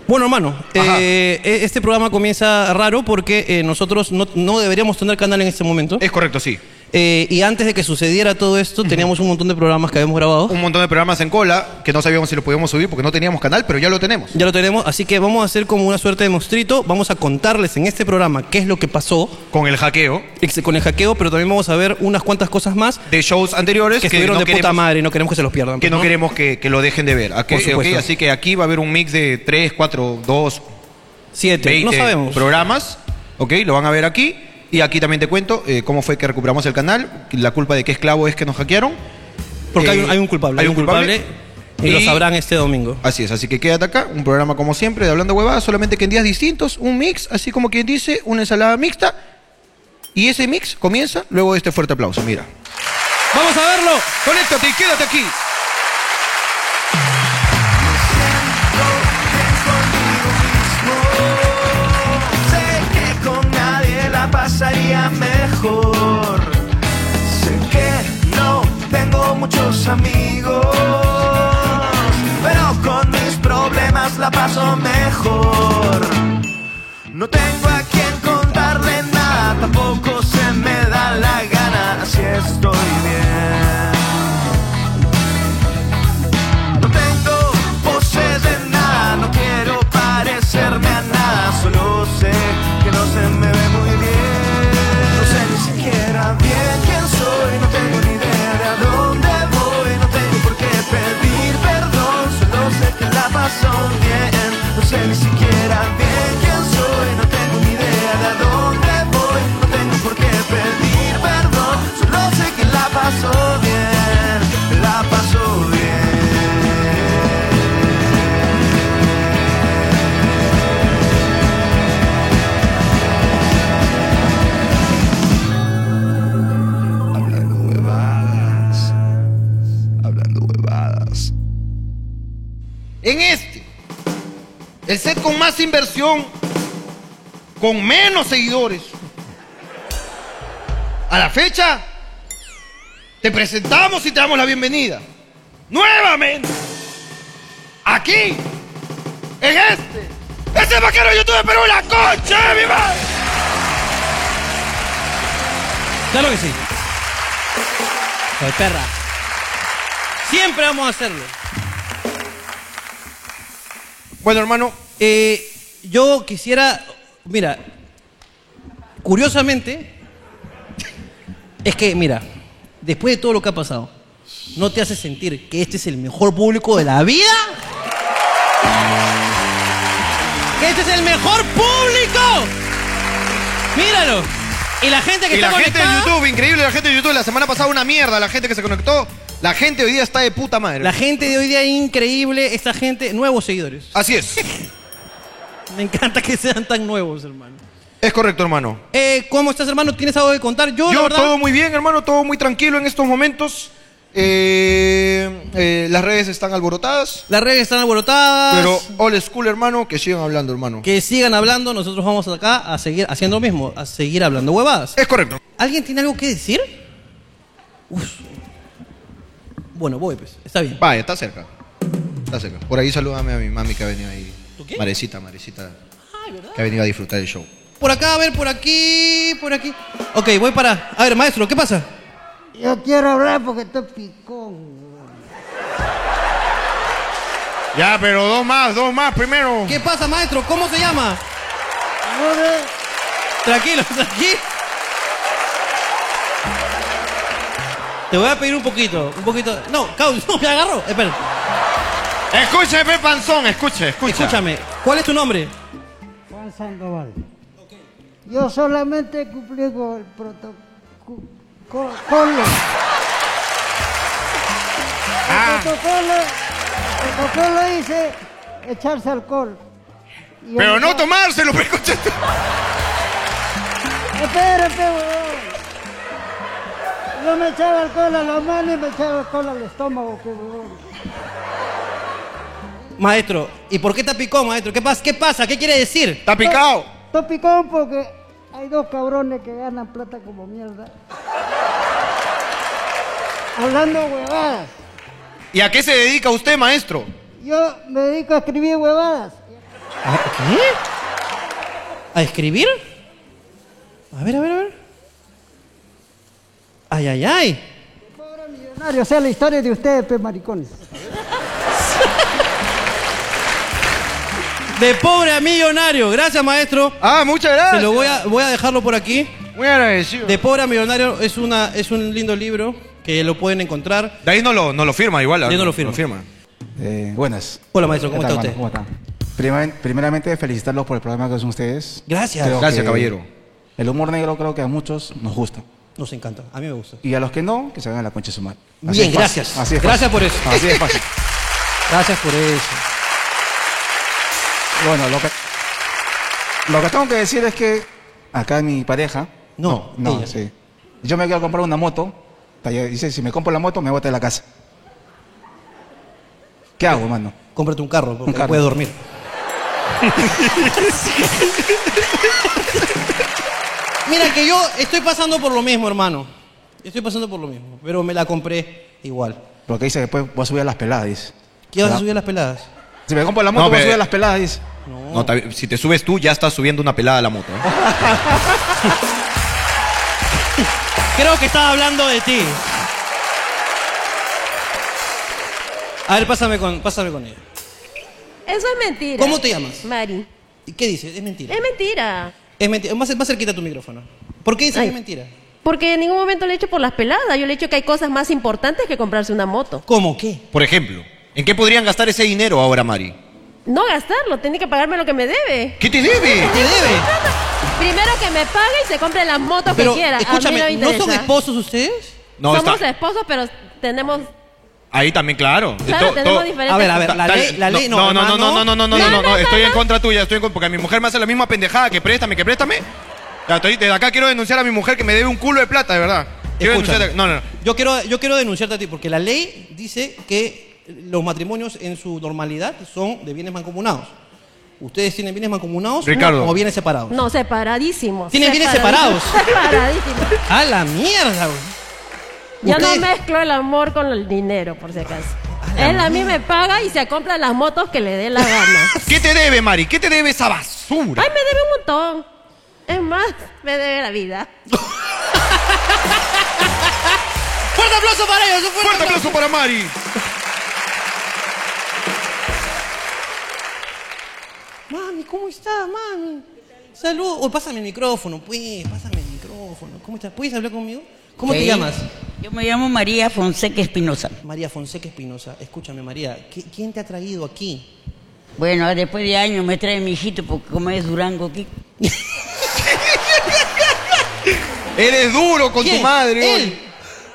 Bueno, hermano, este programa comienza raro porque nosotros no deberíamos tener canal en este momento. Es correcto, sí. Y antes de que sucediera todo esto, teníamos un montón de programas que habíamos grabado. Un montón de programas en cola que no sabíamos si los podíamos subir porque no teníamos canal, pero ya lo tenemos. Ya lo tenemos, así que vamos a hacer como una suerte de mostrito. Vamos a contarles en este programa qué es lo que pasó. Con el hackeo. Con el hackeo, pero también vamos a ver unas cuantas cosas más. De shows anteriores que estuvieron no de puta madre y no queremos que se los pierdan. Que no queremos que lo dejen de ver. Por supuesto. Así que aquí va a haber un mix de 3, 4, 2, 7, 20 no sabemos. programas. Ok, lo van a ver aquí. Y aquí también te cuento cómo fue que recuperamos el canal. La culpa de qué esclavo es que nos hackearon. Porque hay un culpable. Hay un culpable. Y lo sabrán este domingo. Así es, así que quédate acá. Un programa como siempre de Hablando Huevadas, solamente que en días distintos. Un mix, así como quien dice, una ensalada mixta. Y ese mix comienza luego de este fuerte aplauso. Mira. ¡Vamos a verlo! ¡Conéctate y quédate aquí! Pasaría mejor. Sé que no tengo muchos amigos, pero con mis problemas la paso mejor. No tengo a quien contarle nada, tampoco se me da la gana, así estoy bien. No tengo poses de nada, no quiero parecerme a nada, solo sé que no se me ve muy bien. Bien quién soy, no tengo ni idea de a dónde voy, no tengo por qué pedir perdón, solo sé que la paso bien, no sé ni siquiera bien quién soy, no tengo ni idea de a dónde voy, no tengo por qué pedir perdón, solo sé que la paso bien, la paso bien. En el set con más inversión, con menos seguidores. A la fecha, te presentamos y te damos la bienvenida. Nuevamente, aquí, en este vaquero de YouTube, pero la concha de mi madre. Claro que sí. Soy perra. Siempre vamos a hacerlo. Bueno, hermano, yo quisiera, mira, curiosamente, es que, mira, después de todo lo que ha pasado, ¿no te hace sentir que este es el mejor público de la vida? ¡Que este es el mejor público! ¡Míralo! Y la gente que está conectada... gente de YouTube, increíble la gente de YouTube. La semana pasada una mierda la gente que se conectó. La gente hoy día está de puta madre. La gente de hoy día es increíble. Esta gente, nuevos seguidores. Así es. Me encanta que sean tan nuevos, hermano. Es correcto, hermano. ¿Cómo estás, hermano? ¿Tienes algo que contar? Yo la verdad... todo muy bien, hermano. Todo muy tranquilo en estos momentos. Las redes están alborotadas. Las redes están alborotadas. Pero old school, hermano. Que sigan hablando, hermano. Que sigan hablando. Nosotros vamos acá a seguir haciendo lo mismo. A seguir hablando huevadas. Es correcto. ¿Alguien tiene algo que decir? Uf. Bueno, voy pues, está bien. Vaya, está cerca. Está cerca. Por ahí salúdame a mi mami que ha venido ahí. ¿Tú qué? Marecita. Ay, ¿verdad? Que ha venido a disfrutar del show. Por acá, a ver, por aquí. Ok, voy para... A ver, maestro, ¿qué pasa? Yo quiero hablar porque estoy picón. Ya, pero dos más primero. ¿Qué pasa, maestro? ¿Cómo se llama? Tranquilo. Te voy a pedir un poquito. No, no, me agarró. Espera. Escúchame, panzón, escucha. Escúchame, ¿cuál es tu nombre? Juan Sandoval. Yo solamente cumplí con el protocolo. El protocolo dice echarse alcohol. Pero no tomárselo, pero escúchate. Espérate, weón. Yo me echaba alcohol a la mano y me echaba alcohol al estómago, que weón. Maestro, ¿y por qué está picón, maestro? ¿Qué pasa? ¿Qué quiere decir? Está picado. Estoy picón porque hay dos cabrones que ganan plata como mierda. Hablando huevadas. ¿Y a qué se dedica usted, maestro? Yo me dedico a escribir huevadas. ¿Qué? ¿A escribir? A ver, a ver, a ver. Ay, ay, ay. Pobre millonario, o sea, la historia de ustedes, pues, maricones. De pobre a millonario. Gracias, maestro. Ah, muchas gracias. Se lo voy a dejarlo por aquí. Muy agradecido. De pobre a millonario es un lindo libro que lo pueden encontrar. De ahí no lo firma igual. De ahí no lo firma. Buenas. Hola, maestro, ¿cómo ¿Qué está tal, usted? mano? ¿Cómo está? Primeramente, felicitarlos por el programa que hacen ustedes. Gracias. Creo Gracias, que caballero. El humor negro creo que a muchos nos gusta. Nos encanta, a mí me gusta. Y a los que no, que se hagan la concha de su madre. Así Bien, es fácil. gracias. Así es Gracias fácil. por eso. Así es fácil. Gracias por eso. Bueno, lo que tengo que decir es que acá mi pareja... No, No, ella. sí. Yo me quiero comprar una moto. Dice, si me compro la moto, me bote de la casa. ¿Qué hago, mano? Cómprate un carro porque Un carro. puedes dormir. Mira que yo estoy pasando por lo mismo, hermano. Estoy pasando por lo mismo, pero me la compré igual. Porque dice que después voy a subir a las peladas, dice. ¿Qué vas a ¿Ya? subir a las peladas? Si me compro la moto, No, voy a pero- subir a las peladas, dice. No, si te subes tú, ya estás subiendo una pelada a la moto. Creo que estaba hablando de ti. A ver, pásame con ella. Eso es mentira. ¿Cómo te llamas? Mari. ¿Y qué dices? Es mentira. Es mentira. Es mentira. Más cerquita tu micrófono. ¿Por qué dices que Ay. es mentira? Porque en ningún momento le he hecho por las peladas. Yo le he dicho que hay cosas más importantes que comprarse una moto. ¿Cómo? ¿Qué? Por ejemplo, ¿en qué podrían gastar ese dinero ahora, Mari? No gastarlo, tiene que pagarme lo que me debe. ¿Qué te debe? ¿Te debe? Primero que me pague y se compre la moto Pero, que quiera. A mí escúchame, no me ¿no son interesa. esposos ustedes? No, Somos está. esposos, pero tenemos... Ahí también, claro. Claro, tenemos diferentes... A ver, la ley no, no, hermano. no, estoy en contra tuya, porque mi mujer me hace la misma pendejada, que préstame. Ya, desde acá quiero denunciar a mi mujer que me debe un culo de plata, de verdad. Quiero Escúchame. denunciarte. No. Yo quiero denunciarte a ti, porque la ley dice que los matrimonios en su normalidad son de bienes mancomunados. ¿Ustedes tienen bienes mancomunados Ricardo. o bienes separados? No, separadísimos. ¿Tienen bienes separados? Separadísimos. ¡A la mierda, güey! Yo no Ustedes- mezclo el amor con el dinero, por si acaso. Él a mí me paga y se compra las motos que le dé la gana. ¿Qué te debe, Mari? ¿Qué te debe esa basura? Ay, me debe un montón. Es más, me debe la vida. ¡Fuerte aplauso para ellos! ¡Un ¡Fuerte aplauso para Mari! Mami, ¿cómo estás, mami? Saludos. Oh, pásame el micrófono, pues. Pásame el micrófono. ¿Cómo estás? ¿Puedes hablar conmigo? ¿Cómo te Sí. llamas? Yo me llamo María Fonseca Espinosa. María Fonseca Espinosa. Escúchame, María. ¿Quién te ha traído aquí? Bueno, después de años me trae mi hijito porque como es Durango aquí. Eres duro con tu ¿Quién? madre. Él. oye.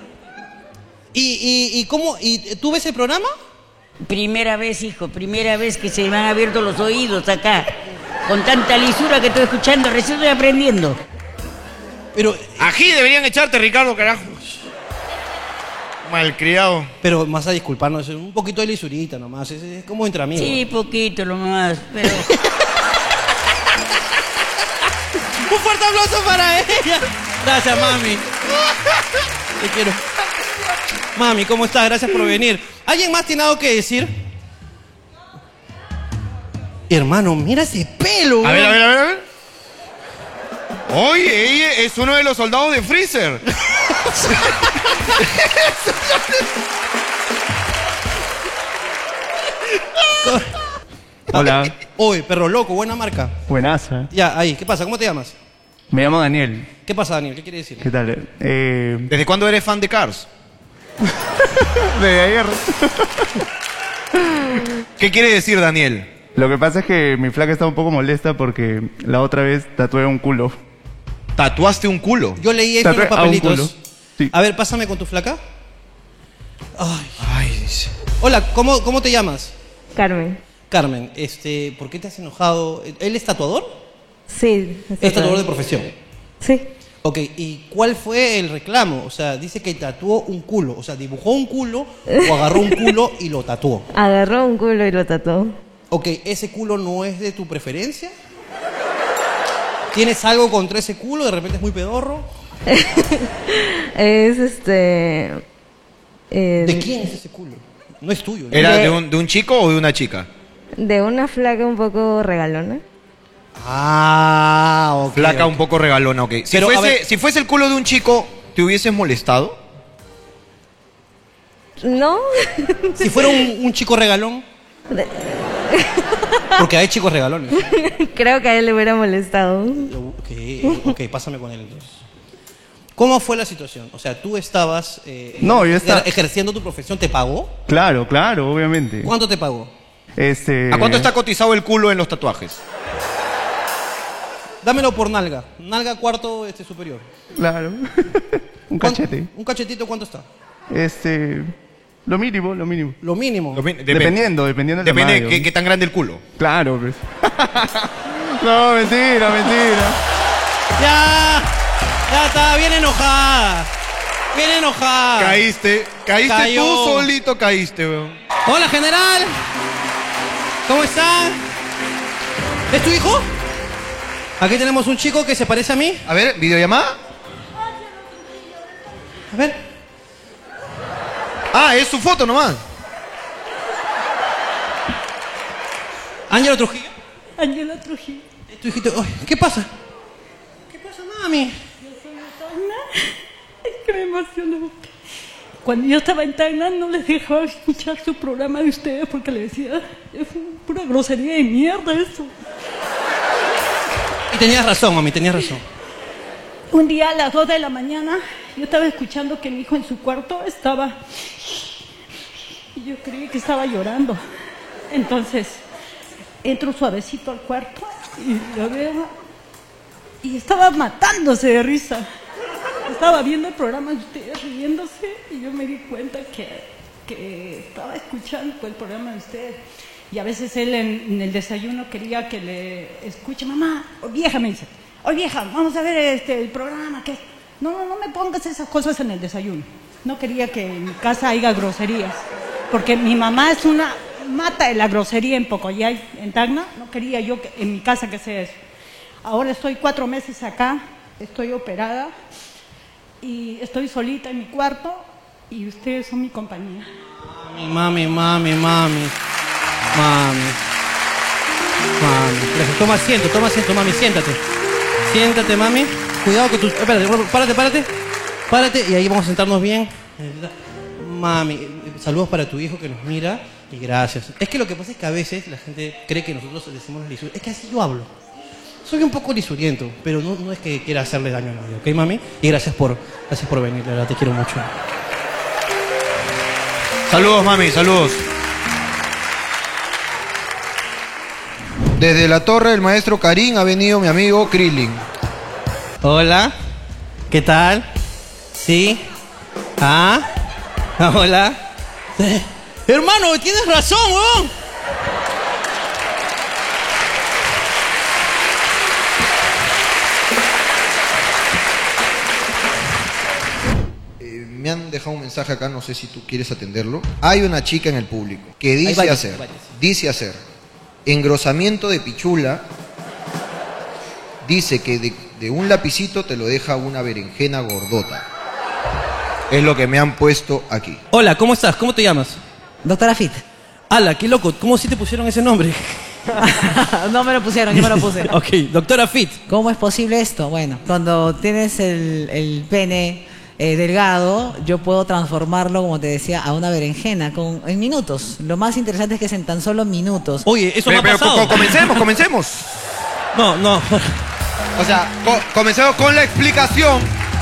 ¿Y cómo? ¿Y tú ves el programa? Primera vez, hijo, primera vez que se me han abierto los oídos acá. Con tanta lisura que estoy escuchando, recién estoy aprendiendo. Pero, Ají deberían echarte, Ricardo, carajo. Malcriado. pero más a disculparnos, es un poquito de lisurita nomás. Es como entre amigos. Sí, poquito lo más, pero... Un fuerte aplauso para ella. Gracias, mami. Te quiero. Mami, ¿cómo estás? Gracias por venir. ¿Alguien más tiene algo que decir? Hermano, mira ese pelo. A ver, güey. a ver. Oye, ella es uno de los soldados de Freezer. Hola, Oye, perro loco, buena marca. buenaza. Ya, ahí, ¿qué pasa? ¿Cómo te llamas? Me llamo Daniel. ¿Qué pasa, Daniel? ¿Qué quiere decir? ¿Qué tal? ¿Desde cuándo eres fan de Cars? De ayer. ¿Qué quiere decir, Daniel? Lo que pasa es que mi flaca está un poco molesta porque la otra vez tatué un culo. ¿Tatuaste un culo? Yo leí eso en los Tatué a un culo. papelitos. Sí. A ver, pásame con tu flaca. Ay. Ay, dice. Hola, ¿cómo te llamas? Carmen. Carmen, ¿por qué te has enojado? ¿Él es tatuador? Sí. Es tatuador de profesión. Sí. Ok, ¿y cuál fue el reclamo? O sea, dice que tatuó un culo. O sea, dibujó un culo o agarró un culo y lo tatuó. Agarró un culo y lo tatuó. Ok, ¿ese culo no es de tu preferencia? ¿Tienes algo contra ese culo? ¿De repente es muy pedorro? Es ¿De quién es ese culo? No es tuyo. ¿no? ¿Era De- de un chico o de una chica? De una flaca un poco regalona. Ah, ok. Flaca ok. un poco regalona, ok. Pero, a ver- Si fuese el culo de un chico, ¿te hubieses molestado? ¿No? Si fuera un chico regalón. Porque hay chicos regalones. Creo que a él le hubiera molestado. Ok, pásame con él entonces. ¿Cómo fue la situación? O sea, tú estabas No, yo estaba- ejerciendo tu profesión, ¿te pagó? Claro, claro, obviamente. ¿Cuánto te pagó? ¿A cuánto está cotizado el culo en los tatuajes? Dámelo por nalga. Nalga cuarto superior. Claro. Un cachete. ¿Un cachetito cuánto está? Lo mínimo, lo mínimo. Lo mínimo. Dependiendo del Depende tamaño. de qué tan grande el culo. Claro, pues. No, mentira. Ya está, bien enojada. Bien enojada. Caíste Cayó. tú solito caíste, weón. Hola, general. ¿Cómo está? ¿Es tu hijo? Aquí tenemos un chico que se parece a mí. A ver, videollamada. A ver. Ah, es su foto nomás. ¿Ángela Trujillo? Ángela Trujillo. ¿Es tu hijito? Ay, ¿qué pasa? ¿Qué pasa, mami? Es que me emocionó. Cuando yo estaba en Tacna no les dejaba escuchar su programa de ustedes porque les decía, es pura grosería de mierda eso. Y tenías razón, mami, tenías razón. Un día a las 2 de la mañana yo estaba escuchando que mi hijo en su cuarto estaba... Y yo creí que estaba llorando. Entonces entro suavecito al cuarto y lo veo y estaba matándose de risa. Estaba viendo el programa de ustedes riéndose y yo me di cuenta que estaba escuchando el programa de ustedes. Y a veces él en el desayuno quería que le escuche, mamá, oh, vieja, me dice, oye vieja, vamos a ver el programa. Que... No me pongas esas cosas en el desayuno. No quería que en mi casa haya groserías, porque mi mamá es una mata de la grosería en Pocoyay, en Tacna. No quería yo en mi casa que sea eso. Ahora estoy 4 meses acá, estoy operada y estoy solita en mi cuarto y ustedes son mi compañía. Mami. Toma asiento, mami, siéntate. Siéntate, mami. Cuidado que tú... Espérate, párate y ahí vamos a sentarnos bien. Mami, saludos para tu hijo que nos mira y gracias. Es que lo que pasa es que a veces la gente cree que nosotros decimos lisurientos. Es que así yo hablo. Soy un poco lisuriento, pero no es que quiera hacerle daño a nadie, ¿ok, mami? Y gracias por venir, la verdad, te quiero mucho. Saludos, mami, saludos. Desde la torre del maestro Karim ha venido mi amigo Krillin. Hola, ¿qué tal? ¿Sí? ¿Ah? Hola. Hermano, tienes razón, weón. Me han dejado un mensaje acá, no sé si tú quieres atenderlo. Hay una chica en el público que dice hacer engrosamiento de pichula. Dice que de un lapicito te lo deja una berenjena gordota. Es lo que me han puesto aquí. Hola, ¿cómo estás? ¿Cómo te llamas? Doctora Fit. Ala, qué loco. ¿Cómo sí te pusieron ese nombre? No me lo pusieron, yo me lo puse. Ok, doctora Fit. ¿Cómo es posible esto? Bueno, cuando tienes el pene delgado, yo puedo transformarlo, como te decía, a una berenjena en minutos. Lo más interesante es que es en tan solo minutos. Oye, eso me ha pasado. Comencemos. No. O sea, comencemos con la explicación.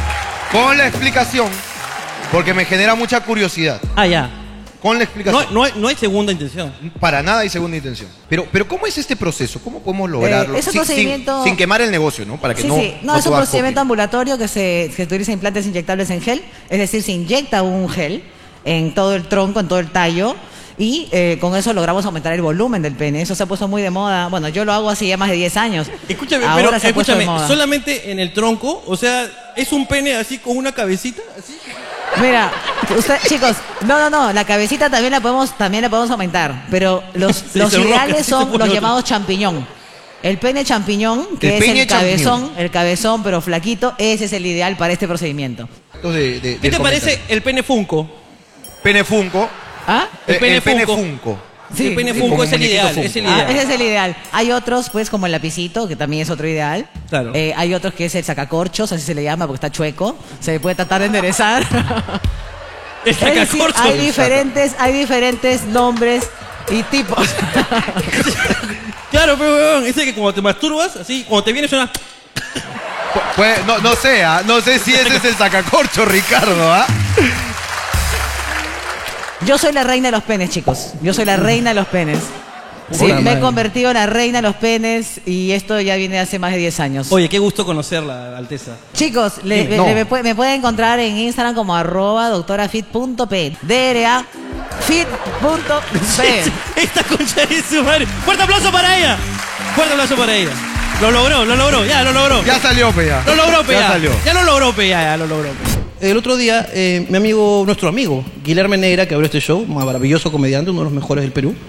Porque me genera mucha curiosidad. Ah, ya. Con la explicación. No hay segunda intención. Para nada hay segunda intención. Pero ¿cómo es este proceso? ¿Cómo podemos lograrlo? Es un procedimiento... sin quemar el negocio, ¿no? Para que Sí, es un procedimiento ambulatorio que se utiliza implantes inyectables en gel. Es decir, se inyecta un gel en todo el tronco, en todo el tallo. Y con eso logramos aumentar el volumen del pene. Eso se ha puesto muy de moda. Bueno, yo lo hago hace ya más de 10 años. Escúchame, Ahora se ha puesto de moda. solamente en el tronco, o sea, es un pene así con una cabecita, así. Mira, chicos, no, la cabecita también la podemos aumentar, pero los ideales son los llamados champiñón. El pene champiñón, que es el cabezón pero flaquito, ese es el ideal para este procedimiento. ¿Qué te parece el pene Funko? Pene Funko. ¿Ah? El pene Funko. Sí. El pene Funko es el ideal, Funko. es el ideal. Ese es el ideal. Hay otros, pues, como el lapicito, que también es otro ideal. Claro. Hay otros que es el sacacorchos, así se le llama porque está chueco. Se le puede tratar de enderezar. El Es decir, sacacorcho. hay diferentes nombres y tipos. Claro, pero weón, ese que cuando te masturbas, así, cuando te viene suena. Pues, no sé si ese es el sacacorcho, Ricardo, ¿ah? Yo soy la reina de los penes, chicos. Yo soy la reina de los penes. Sí, Puta me he madre. convertido en la reina de los penes y esto ya viene de hace más de 10 años. Oye, qué gusto conocerla, Alteza. Chicos, me pueden encontrar en Instagram como @doctorafit.p. DRA fit.p. Esta concha de su madre. ¡Fuerte aplauso para ella! ¡Fuerte aplauso para ella! Lo logró, ya lo logró. Ya salió, pe, ya. Lo logró, pe, Ya ya. salió. Ya lo logró, pe, ya lo logró. El otro día, nuestro amigo, Guillermo Negra, que abrió este show, un maravilloso comediante, uno de los mejores del Perú,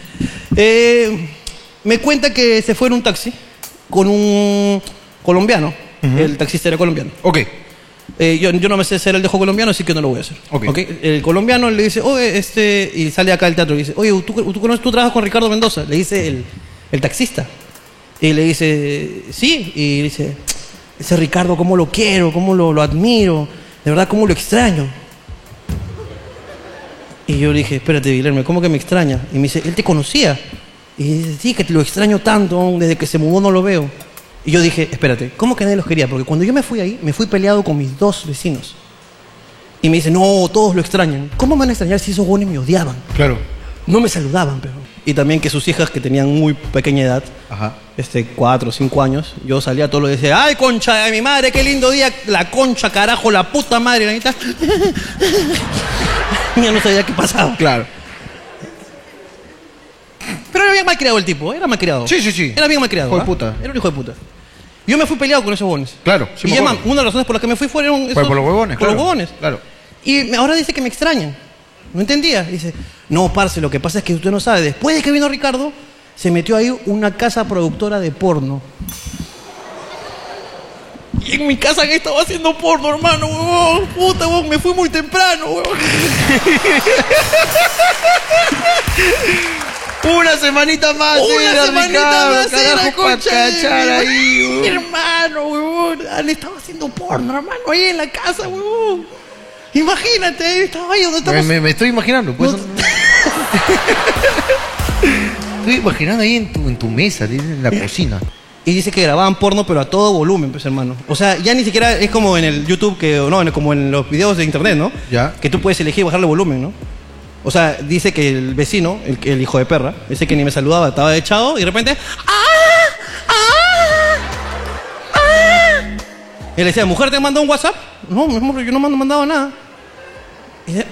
me cuenta que se fue en un taxi con un colombiano. El taxista era colombiano. Ok. Yo no me sé ser el dejo colombiano, así que no lo voy a hacer. Ok. ¿Ok? El colombiano le dice, oye, y sale acá al teatro y dice, oye, ¿tú trabajas con Ricardo Mendoza? Le dice el taxista. Y le dice, sí. Y dice, ese Ricardo, cómo lo quiero, cómo lo admiro, de verdad, cómo lo extraño. Y yo le dije, espérate, Guillermo, ¿cómo que me extraña? Y me dice, él te conocía. Y dice, sí, que te lo extraño tanto, desde que se mudó no lo veo. Y yo dije, espérate, ¿cómo que nadie los quería? Porque cuando yo me fui ahí, me fui peleado con mis 2 vecinos. Y me dice, no, todos lo extrañan. ¿Cómo me van a extrañar si esos buenos me odiaban? Claro. No me saludaban, pero... Y también que sus hijas, que tenían muy pequeña edad, 4 o 5 años, yo salía todos los días y decía, ¡ay, concha de mi madre, qué lindo día! La concha, carajo, la puta madre, la neta. Ya no sabía qué pasaba. Claro. Pero era bien mal criado el tipo, era mal criado. Sí. Era bien mal criado. Hijo de ¿ah? puta. Era un hijo de puta. Yo me fui peleado con esos huevones. Claro. Sí, y me además, acuerdo. una de las razones por las que me fui fueron Fue por los huevones, Por claro. los huevones. Claro. Y ahora dice que me extrañan. No entendía. Dice, no, parce, lo que pasa es que usted no sabe. Después de que vino Ricardo, se metió ahí una casa productora de porno. Y en mi casa que estaba haciendo porno, hermano, huevón. Puta, huevón, me fui muy temprano, huevón. Una semanita más. Una semanita Ricardo, más era, carajo, concha pa' de cachar mi ahí, madre. huevón. Hermano, huevón. Han estado haciendo porno, hermano, ahí en la casa, huevón. Imagínate, estaba ahí donde estamos. Me estoy imaginando, pues. Estoy imaginando ahí en tu mesa, en la cocina. Y dice que grababan porno, pero a todo volumen, pues, hermano. O sea, ya ni siquiera es como en el YouTube, como en los videos de internet, ¿no? Ya. Que tú puedes elegir bajarle volumen, ¿no? O sea, dice que el vecino, el hijo de perra, ese que ni me saludaba, estaba echado y de repente... Y le decía, ¿mujer te mandó un WhatsApp? No, mi amor, yo no me han mandado nada. Y dice,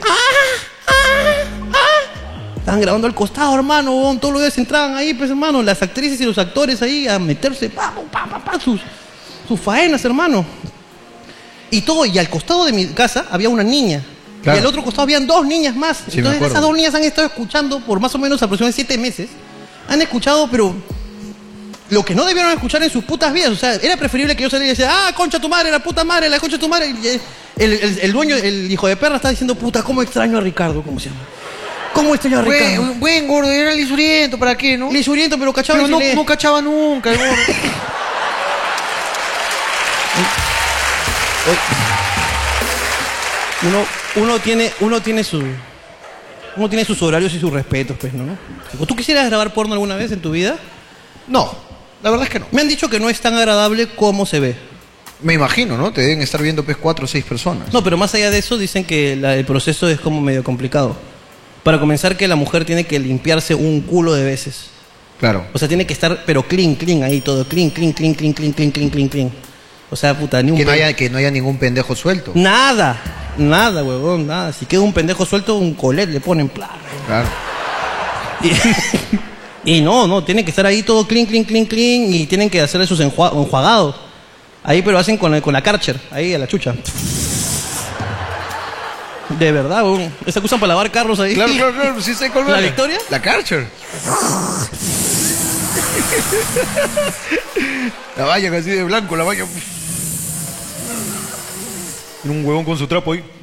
estaban grabando al costado, hermano, huevón. Todos los días entraban ahí, pues, hermano, las actrices y los actores ahí a meterse, sus faenas, hermano. Y al costado de mi casa había una niña. Claro. Y al otro costado habían 2 niñas más. Sí, me Entonces acuerdo. esas 2 niñas han estado escuchando por más o menos aproximadamente 7 meses. Han escuchado, pero lo que no debieron escuchar en sus putas vidas. O sea, era preferible que yo saliera y decía, concha tu madre, la puta madre, la concha tu madre. Y el dueño, el hijo de perra, está diciendo, puta, ¿cómo extraño a Ricardo? ¿Cómo se llama? ¿Cómo extraño a Ricardo? Buen gordo, era lisuriento, ¿para qué, no? Lisuriento, pero cachaba Pero en no cachaba nunca, el gordo. Uno tiene sus horarios y sus respetos, pues, ¿no? ¿Tú quisieras grabar porno alguna vez en tu vida? No, la verdad es que no. Me han dicho que no es tan agradable como se ve. Me imagino, ¿no? Te deben estar viendo pues 4 o 6 personas. No, pero más allá de eso dicen que el proceso es como medio complicado. Para comenzar, que la mujer tiene que limpiarse un culo de veces. Claro. O sea, tiene que estar, pero clean ahí todo. Clean. O sea, puta, ni un... Que no haya ningún pendejo suelto. Nada, huevón, nada. Si queda un pendejo suelto, un colet le ponen plata. Claro. Y no, tiene que estar ahí todo clean, y tienen que hacerle sus enjuagados. Ahí, pero hacen con la Karcher, ahí a la chucha. De verdad, weón. Esa que usan para lavar carros ahí. Claro, sí sé cuál ¿La es. Victoria? La Karcher. La valla así de blanco, la valla. Tiene un huevón con su trapo ahí.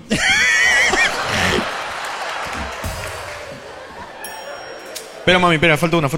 Espera, mami, espera, falta una.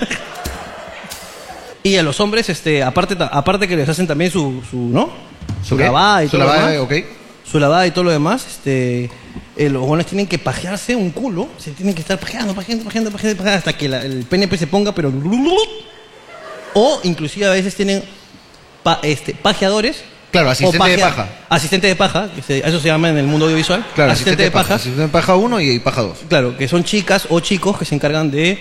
Y a los hombres, aparte que les hacen también ¿no? Su lavada y todo lo demás. Ok. Su lavada y todo lo demás, los hombres tienen que pajearse un culo. Se tienen que estar pajeando hasta que el pene se ponga, pero... O inclusive a veces tienen pajeadores. Claro, asistente de paja. Asistente de paja, eso se llama en el mundo audiovisual. Claro, asistente de paja. Asistente de paja 1 y paja 2. Claro, que son chicas o chicos que se encargan de...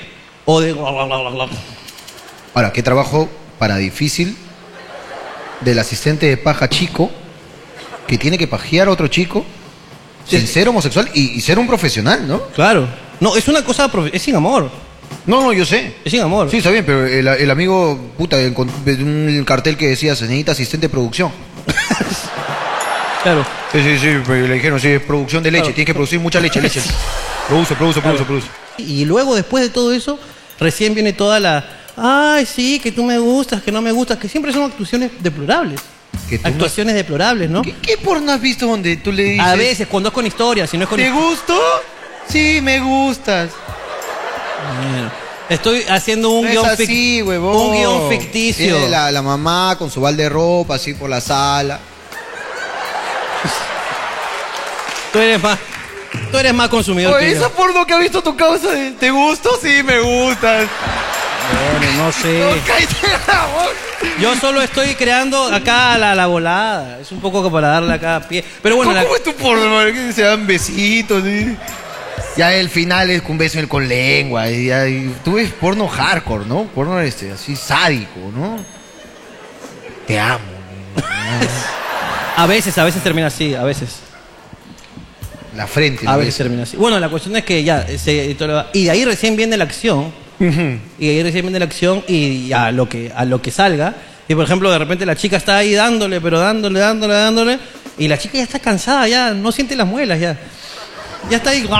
Ahora, qué trabajo para difícil del asistente de paja chico que tiene que pajear a otro chico sin ser homosexual y ser un profesional, ¿no? Claro. No, es una cosa... Es sin amor. No, yo sé. Es sin amor. Sí, está bien, pero el amigo, puta, un cartel que decía, se necesita asistente de producción. Claro. Sí, pero le dijeron, sí, es producción de leche, tienes que producir mucha leche. Produce. Y luego, después de todo eso, recién viene toda la... Ay, sí, que tú me gustas, que no me gustas, que siempre son actuaciones deplorables. Actuaciones deplorables, ¿no? ¿Qué porno has visto donde tú le dices? A veces, cuando es con historia, si no es con... ¿Te gustó? Sí, me gustas. Bueno, estoy haciendo un guión ficticio. Tiene la mamá con su balde de ropa así por la sala. Tú eres más consumidor. Oye, esa porno que ha visto tu causa, ¿te gustó? Sí, me gustas. Bueno, no sé. Yo solo estoy creando acá la volada. Es un poco para darle acá pie. Pero bueno, ¿Cómo es tu porno, hermano? Que se dan besitos, ¿sí? Ya el final es un beso con lengua. Y tú ves porno hardcore, ¿no? Porno así sádico, ¿no? Te amo. A veces termina así, a veces. La frente. A veces termina así. Bueno, la cuestión es que ya... y de ahí recién viene la acción. Y a lo que salga. Y por ejemplo, de repente la chica está ahí dándole. Y la chica ya está cansada, ya no siente las muelas, ya. Ya está ahí.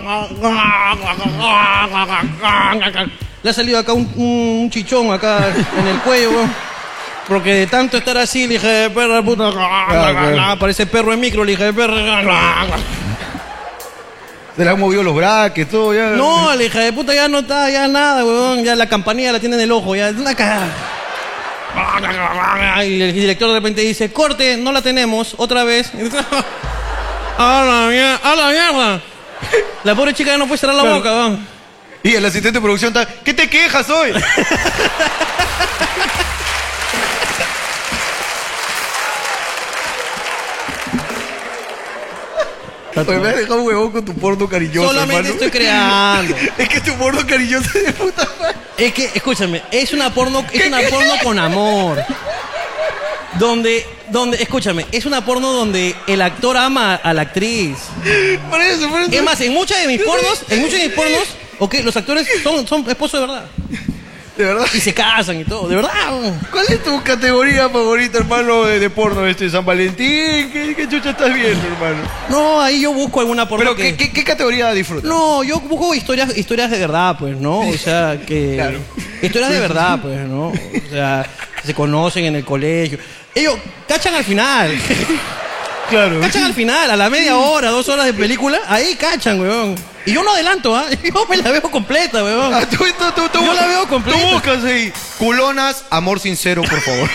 Le ha salido acá un chichón acá en el cuello, weón. Porque de tanto estar así, le dije de perra, puta. Parece perro en micro, le dije de perra. Se le han movido los braques, todo ya. No, la hija de puta ya no está, ya nada, weón. Ya la campanilla la tiene en el ojo, ya. Es una cagada. Y el director de repente dice, corte, no la tenemos, otra vez. ¡A la mierda! La pobre chica ya no puede cerrar la boca, weón. Y el asistente de producción está, ¿qué te quejas hoy? Pues me has dejado huevón con tu porno cariñoso, solamente hermano. Estoy creando. Es que tu porno cariñoso es de puta madre. Es que, escúchame, es una porno con amor. Escúchame, es una porno donde el actor ama a la actriz. Por eso. Es más, en muchos de mis pornos, los actores son esposos de verdad. ¿De verdad? Y se casan y todo, de verdad. ¿Cuál es tu categoría favorita, hermano, de porno? ¿San Valentín? ¿Qué chucha estás viendo, hermano? No, ahí yo busco alguna porno. ¿Pero qué categoría disfrutas? No, yo busco historias de verdad, pues, ¿no? O sea, que... Claro. Historias de verdad, pues, ¿no? O sea, se conocen en el colegio. Ellos cachan al final. Claro. Cachan al final, a la media hora, 2 horas de película, ahí cachan, weón. Y yo no adelanto, ¿ah? Yo me la veo completa, weón. Yo la veo completa. Tú buscas ahí. Culonas, amor sincero, por favor.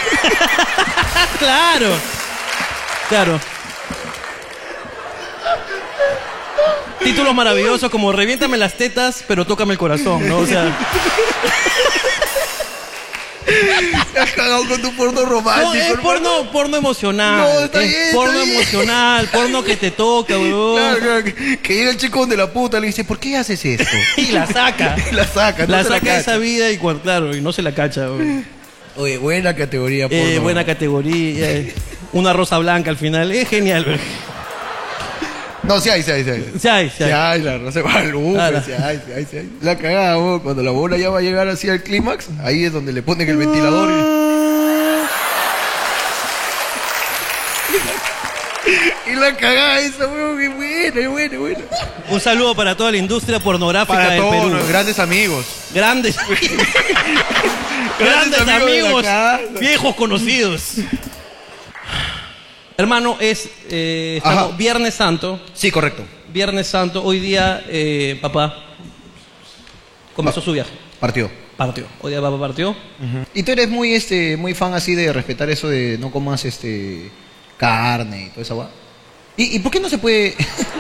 Claro. Títulos maravillosos como reviéntame las tetas, pero tócame el corazón, ¿no? O sea... Te has cagado con tu porno romántico. No, es porno emocional. No, está bien. Porno emocional, porno que te toca, weón. Claro. Que llega el chico donde la puta le dice, ¿por qué haces esto? Y la saca. La saca de esa vida y claro, y no se la cacha, weón. Oye, buena categoría, porno. Buena categoría. Una rosa blanca al final. Es genial, weón. No, sí hay. Sí hay, la rosa blanca. Sí hay. La cagada, weón. Cuando la bola ya va a llegar así al clímax, ahí es donde le ponen el ventilador. Y la cagada esa, weón, es buena. Un saludo para toda la industria pornográfica para del Perú. Los grandes amigos. Grandes amigos, viejos conocidos. Hermano, estamos Viernes Santo. Sí, correcto. Viernes Santo, hoy día, papá. comenzó su viaje. Partió. Hoy día papá partió. Y tú eres muy fan así de respetar eso de no comas carne y toda esa guay. ¿Y por qué no se puede?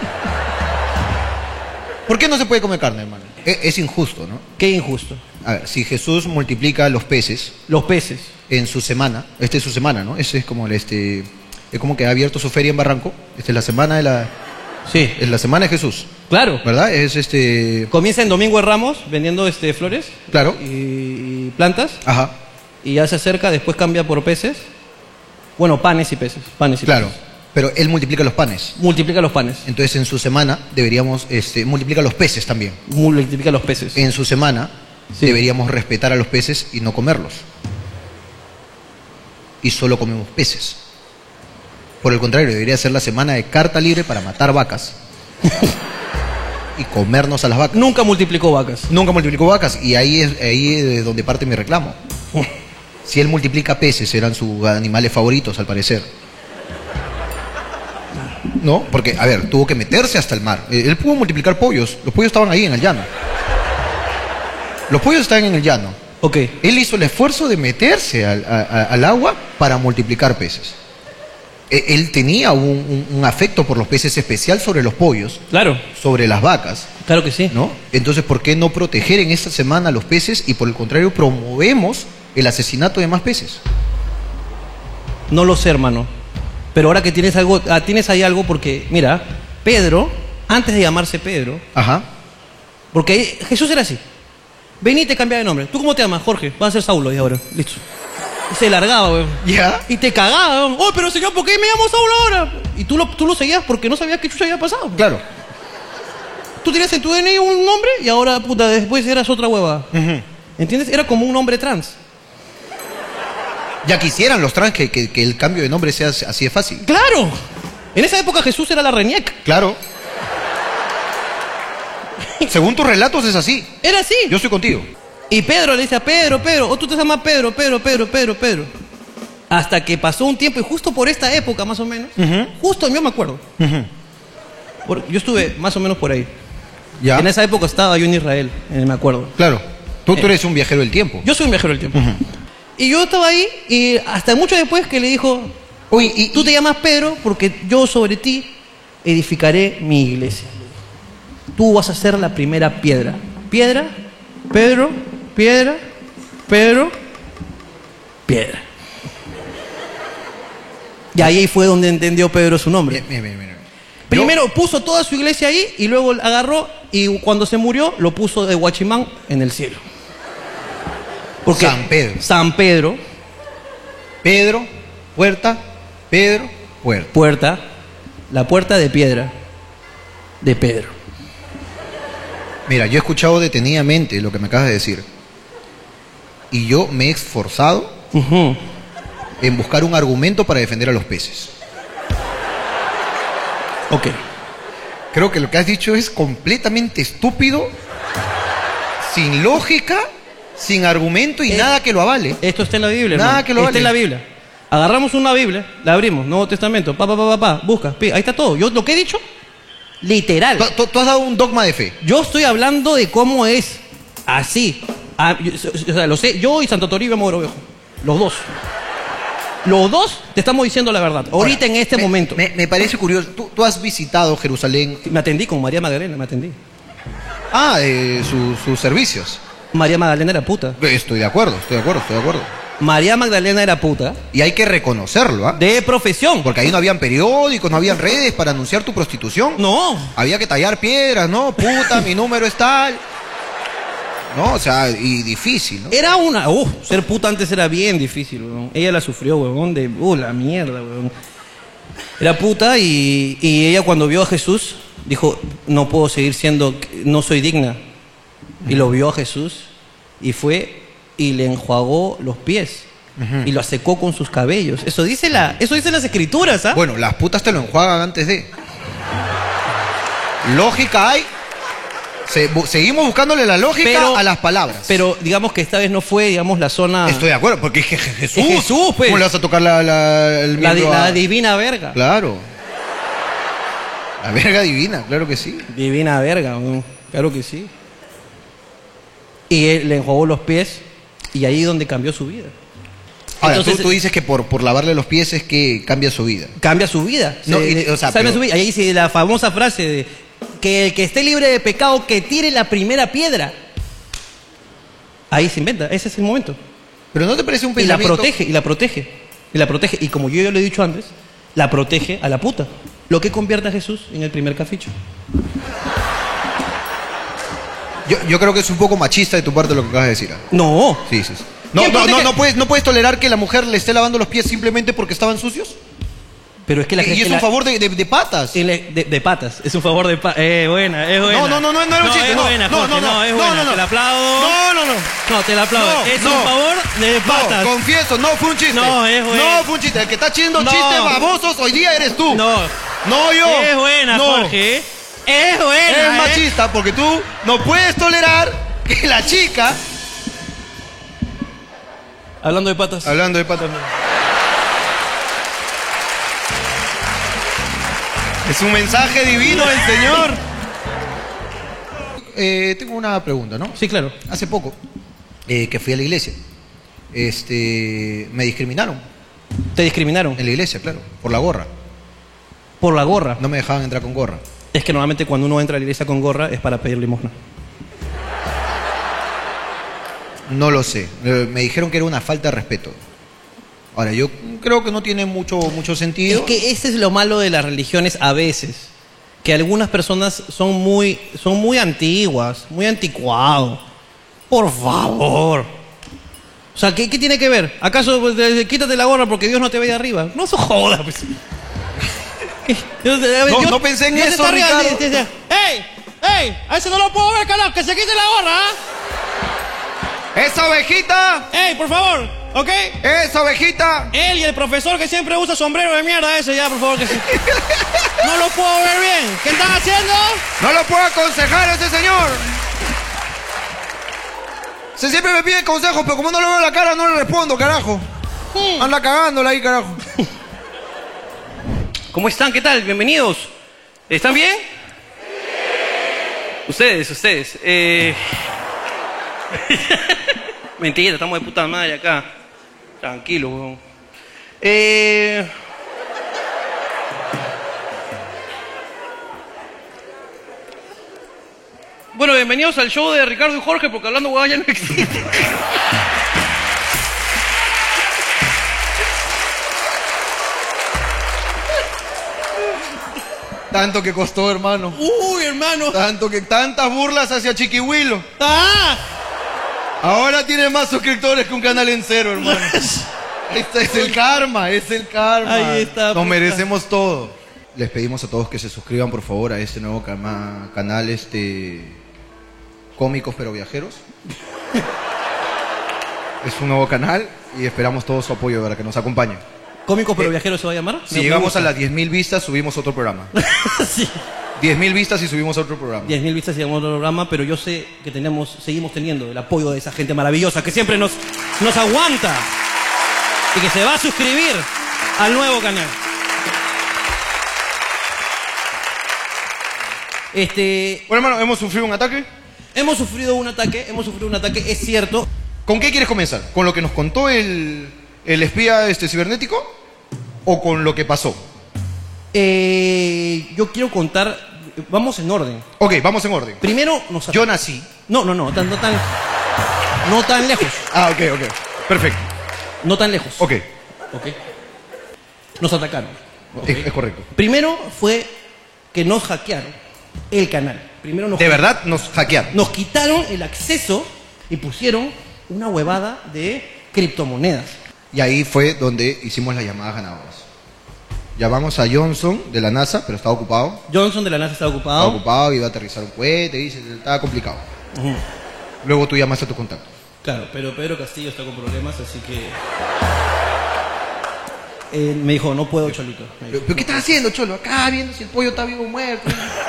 ¿Por qué no se puede comer carne, hermano? Es injusto, ¿no? ¿Qué injusto? A ver, si Jesús multiplica los peces. Los peces. En su semana. Esta es su semana, ¿no? Ese es como es como que ha abierto su feria en Barranco. Esta es la semana de la. Sí. Es la semana de Jesús. Claro. ¿Verdad? Es Comienza en Domingo de Ramos vendiendo flores. Claro. Y plantas. Ajá. Y ya se acerca, después cambia por peces. Bueno, panes y peces. Claro. Pero él multiplica los panes. Multiplica los panes. Entonces en su semana deberíamos, multiplica los peces también. Multiplica los peces. En su semana deberíamos respetar a los peces y no comerlos. Y solo comemos peces. Por el contrario, debería ser la semana de carta libre para matar vacas. Y comernos a las vacas. Nunca multiplicó vacas. Y ahí es donde parte mi reclamo. Si él multiplica peces, eran sus animales favoritos al parecer. No, porque, a ver, tuvo que meterse hasta el mar. Él pudo multiplicar pollos. Los pollos estaban ahí en el llano. Los pollos estaban en el llano. Ok. Él hizo el esfuerzo de meterse al agua para multiplicar peces. Él tenía un afecto por los peces especial sobre los pollos. Claro. Sobre las vacas. Claro que sí. ¿No? Entonces, ¿por qué no proteger en esta semana a los peces y por el contrario promovemos el asesinato de más peces? No lo sé, hermano. Pero ahora que tienes ahí algo porque, mira, Pedro, antes de llamarse Pedro, ajá, porque Jesús era así. Vení y te cambia de nombre. ¿Tú cómo te llamas? Jorge. Vas a ser Saulo y ahora. Listo. Y se largaba, weón. ¿Ya? Y te cagaba, weón. Oh, pero señor, ¿por qué me llamo Saulo ahora? Y tú lo seguías porque no sabías qué chucha había pasado. Claro. Tú tenías en tu DNI un nombre y ahora, puta, después eras otra hueva. ¿Entiendes? Era como un hombre trans. Ya quisieran los trans que el cambio de nombre sea así de fácil. ¡Claro! En esa época Jesús era la Reniec. Claro. Según tus relatos es así. Era así. Yo estoy contigo. Y Pedro le dice a Pedro, o tú te llamas Pedro. Hasta que pasó un tiempo y justo por esta época más o menos, justo yo me acuerdo. Yo estuve más o menos por ahí. ¿Ya? En esa época estaba yo en Israel, me acuerdo. Claro. Tú eres un viajero del tiempo. Yo soy un viajero del tiempo. Y yo estaba ahí y hasta mucho después que le dijo, oye, tú te llamas Pedro porque yo sobre ti edificaré mi iglesia. Tú vas a ser la primera piedra. Piedra, Pedro, piedra, Pedro, piedra. Y ahí fue donde entendió Pedro su nombre. Primero puso toda su iglesia ahí y luego agarró y cuando se murió lo puso de guachimán en el cielo. Porque San Pedro. Pedro, puerta, Pedro, puerta. Puerta, la puerta de piedra de Pedro. Mira, yo he escuchado detenidamente lo que me acabas de decir. Y yo me he esforzado en buscar un argumento para defender a los peces. Ok. Creo que lo que has dicho es completamente estúpido, sin lógica, sin argumento y nada que lo avale. Esto está en la Biblia, nada hermano. que lo avale. Está en la Biblia. Agarramos una Biblia, la abrimos, Nuevo Testamento, busca, ahí está todo. Yo lo que he dicho, literal. Tú has dado un dogma de fe. Yo estoy hablando de cómo es así. O sea, lo sé, yo y Santo Toribio Mogrovejo. Los dos. Los dos te estamos diciendo la verdad. Ahorita en este momento. Me parece curioso. ¿Tú has visitado Jerusalén? Me atendí con María Magdalena, me atendí. Ah, sus servicios. María Magdalena era puta. Estoy de acuerdo. María Magdalena era puta. Y hay que reconocerlo, ¿ah? De profesión. Porque ahí no habían periódicos, no habían redes para anunciar tu prostitución. No. Había que tallar piedras, ¿no? Puta, mi número es tal. No, o sea, y difícil, ¿no? Era una... ser puta antes era bien difícil, weón. Ella la sufrió, weón, de... la mierda, weón. Era puta y ella cuando vio a Jesús dijo, no puedo seguir siendo... No soy digna. Y lo vio a Jesús y fue y le enjuagó los pies. Y lo secó con sus cabellos. Eso dice las escrituras, ¿ah? Bueno, las putas te lo enjuagan antes de... Lógica hay... Seguimos buscándole la lógica a las palabras. Pero digamos que esta vez no fue, digamos, la zona... Estoy de acuerdo, porque es que Jesús... Es Jesús, pues. ¿Cómo le vas a tocar la divina verga? Claro. La verga divina, claro que sí. Divina verga, claro que sí. Y él le enjuagó los pies y ahí es donde cambió su vida. Ahora, Entonces, tú dices que por lavarle los pies es que cambia su vida. Cambia su vida. No, Cambia su vida. Ahí dice la famosa frase de que el que esté libre de pecado que tire la primera piedra. Ahí se inventa, ese es el momento. Pero ¿no te parece un Y la pensamiento? protege, y la protege, y la protege. Y como yo ya lo he dicho antes, la protege a la puta. Lo que convierte a Jesús en el primer caficho. Yo creo que es un poco machista de tu parte lo que acabas de decir. No. Sí. No puedes tolerar que la mujer le esté lavando los pies simplemente porque estaban sucios. Pero es que la Y es un favor de patas. De patas. Es un favor de patas. Buena, es buena. No era un chiste. Es buena, Jorge, es buena. Te la aplaudo. No, te la aplaudo. No, es un favor de patas. No, confieso, no fue un chiste. No, es buena. No fue un chiste. El que está haciendo chistes babosos hoy día eres tú. No yo. Es buena, Jorge. Es buena. Es machista porque tú no puedes tolerar que la chica... Hablando de patas. Es un mensaje divino del Señor. Tengo una pregunta, ¿no? Sí, claro. Hace poco que fui a la iglesia, me discriminaron. ¿Te discriminaron? En la iglesia, claro, por la gorra. ¿Por la gorra? No me dejaban entrar con gorra. Es que normalmente cuando uno entra a la iglesia con gorra es para pedir limosna. No lo sé. Me dijeron que era una falta de respeto. Ahora, yo creo que no tiene mucho sentido. Es que ese es lo malo de las religiones a veces. Que algunas personas son muy antiguas, muy anticuados. Por favor. O sea, ¿qué tiene que ver? ¿Acaso pues, quítate la gorra porque Dios no te ve de arriba? No se joda, pues. No pensé en eso, Ricardo. ¡Ey! A ese no lo puedo ver, carajo, que se quite la gorra, ¿ah? ¡Esa ovejita! ¡Ey, por favor! ¿Ok? ¡Esa ovejita! Él y el profesor que siempre usa sombrero de mierda ese, ya, por favor, que sí. No lo puedo ver bien. ¿Qué están haciendo? No lo puedo aconsejar a ese señor. Se siempre me pide consejos, pero como no le veo la cara, no le respondo, carajo. Anda cagándola ahí, carajo. ¿Cómo están? ¿Qué tal? Bienvenidos. ¿Están bien? Ustedes. Mentira, estamos de puta madre acá. Tranquilo, weón. Bueno, bienvenidos al show de Ricardo y Jorge, porque hablando huevada ya no existe. Tanto que costó, hermano. Uy, hermano. Tantas burlas hacia Chiquihuilo. ¡Ah! Ahora tiene más suscriptores que un canal en cero, hermano. Este es el karma. Ahí está. Nos merecemos todo. Les pedimos a todos que se suscriban, por favor, a este nuevo canal, Cómicos pero Viajeros. Es un nuevo canal y esperamos todo su apoyo para que nos acompañen. ¿Cómicos pero Viajeros se va a llamar? Si llegamos a las 10.000 vistas, subimos otro programa. Sí. 10.000 vistas y subimos otro programa. 10.000 vistas y llegamos a otro programa, pero yo sé que seguimos teniendo el apoyo de esa gente maravillosa que siempre nos aguanta y que se va a suscribir al nuevo canal. Bueno, hermano, ¿hemos sufrido un ataque? Hemos sufrido un ataque, es cierto. ¿Con qué quieres comenzar? ¿Con lo que nos contó el espía cibernético? ¿O con lo que pasó? Yo quiero contar. Vamos en orden. Ok, vamos en orden. Primero Yo nací. No tan lejos. Ah, ok. Perfecto. No tan lejos. Ok. Nos atacaron. Es correcto. Primero fue que nos hackearon el canal. ¿De verdad nos hackearon? Nos quitaron el acceso y pusieron una huevada de criptomonedas. Y ahí fue donde hicimos las llamadas ganadoras. Llamamos a Johnson de la NASA, pero estaba ocupado. Johnson de la NASA estaba ocupado. Estaba ocupado, iba a aterrizar un cohete y estaba complicado. Luego tú llamaste a tu contacto. Claro, pero Pedro Castillo está con problemas, así que... me dijo, no puedo, Cholito. ¿Pero qué estás haciendo, Cholo? Acá viendo si el pollo está vivo o muerto.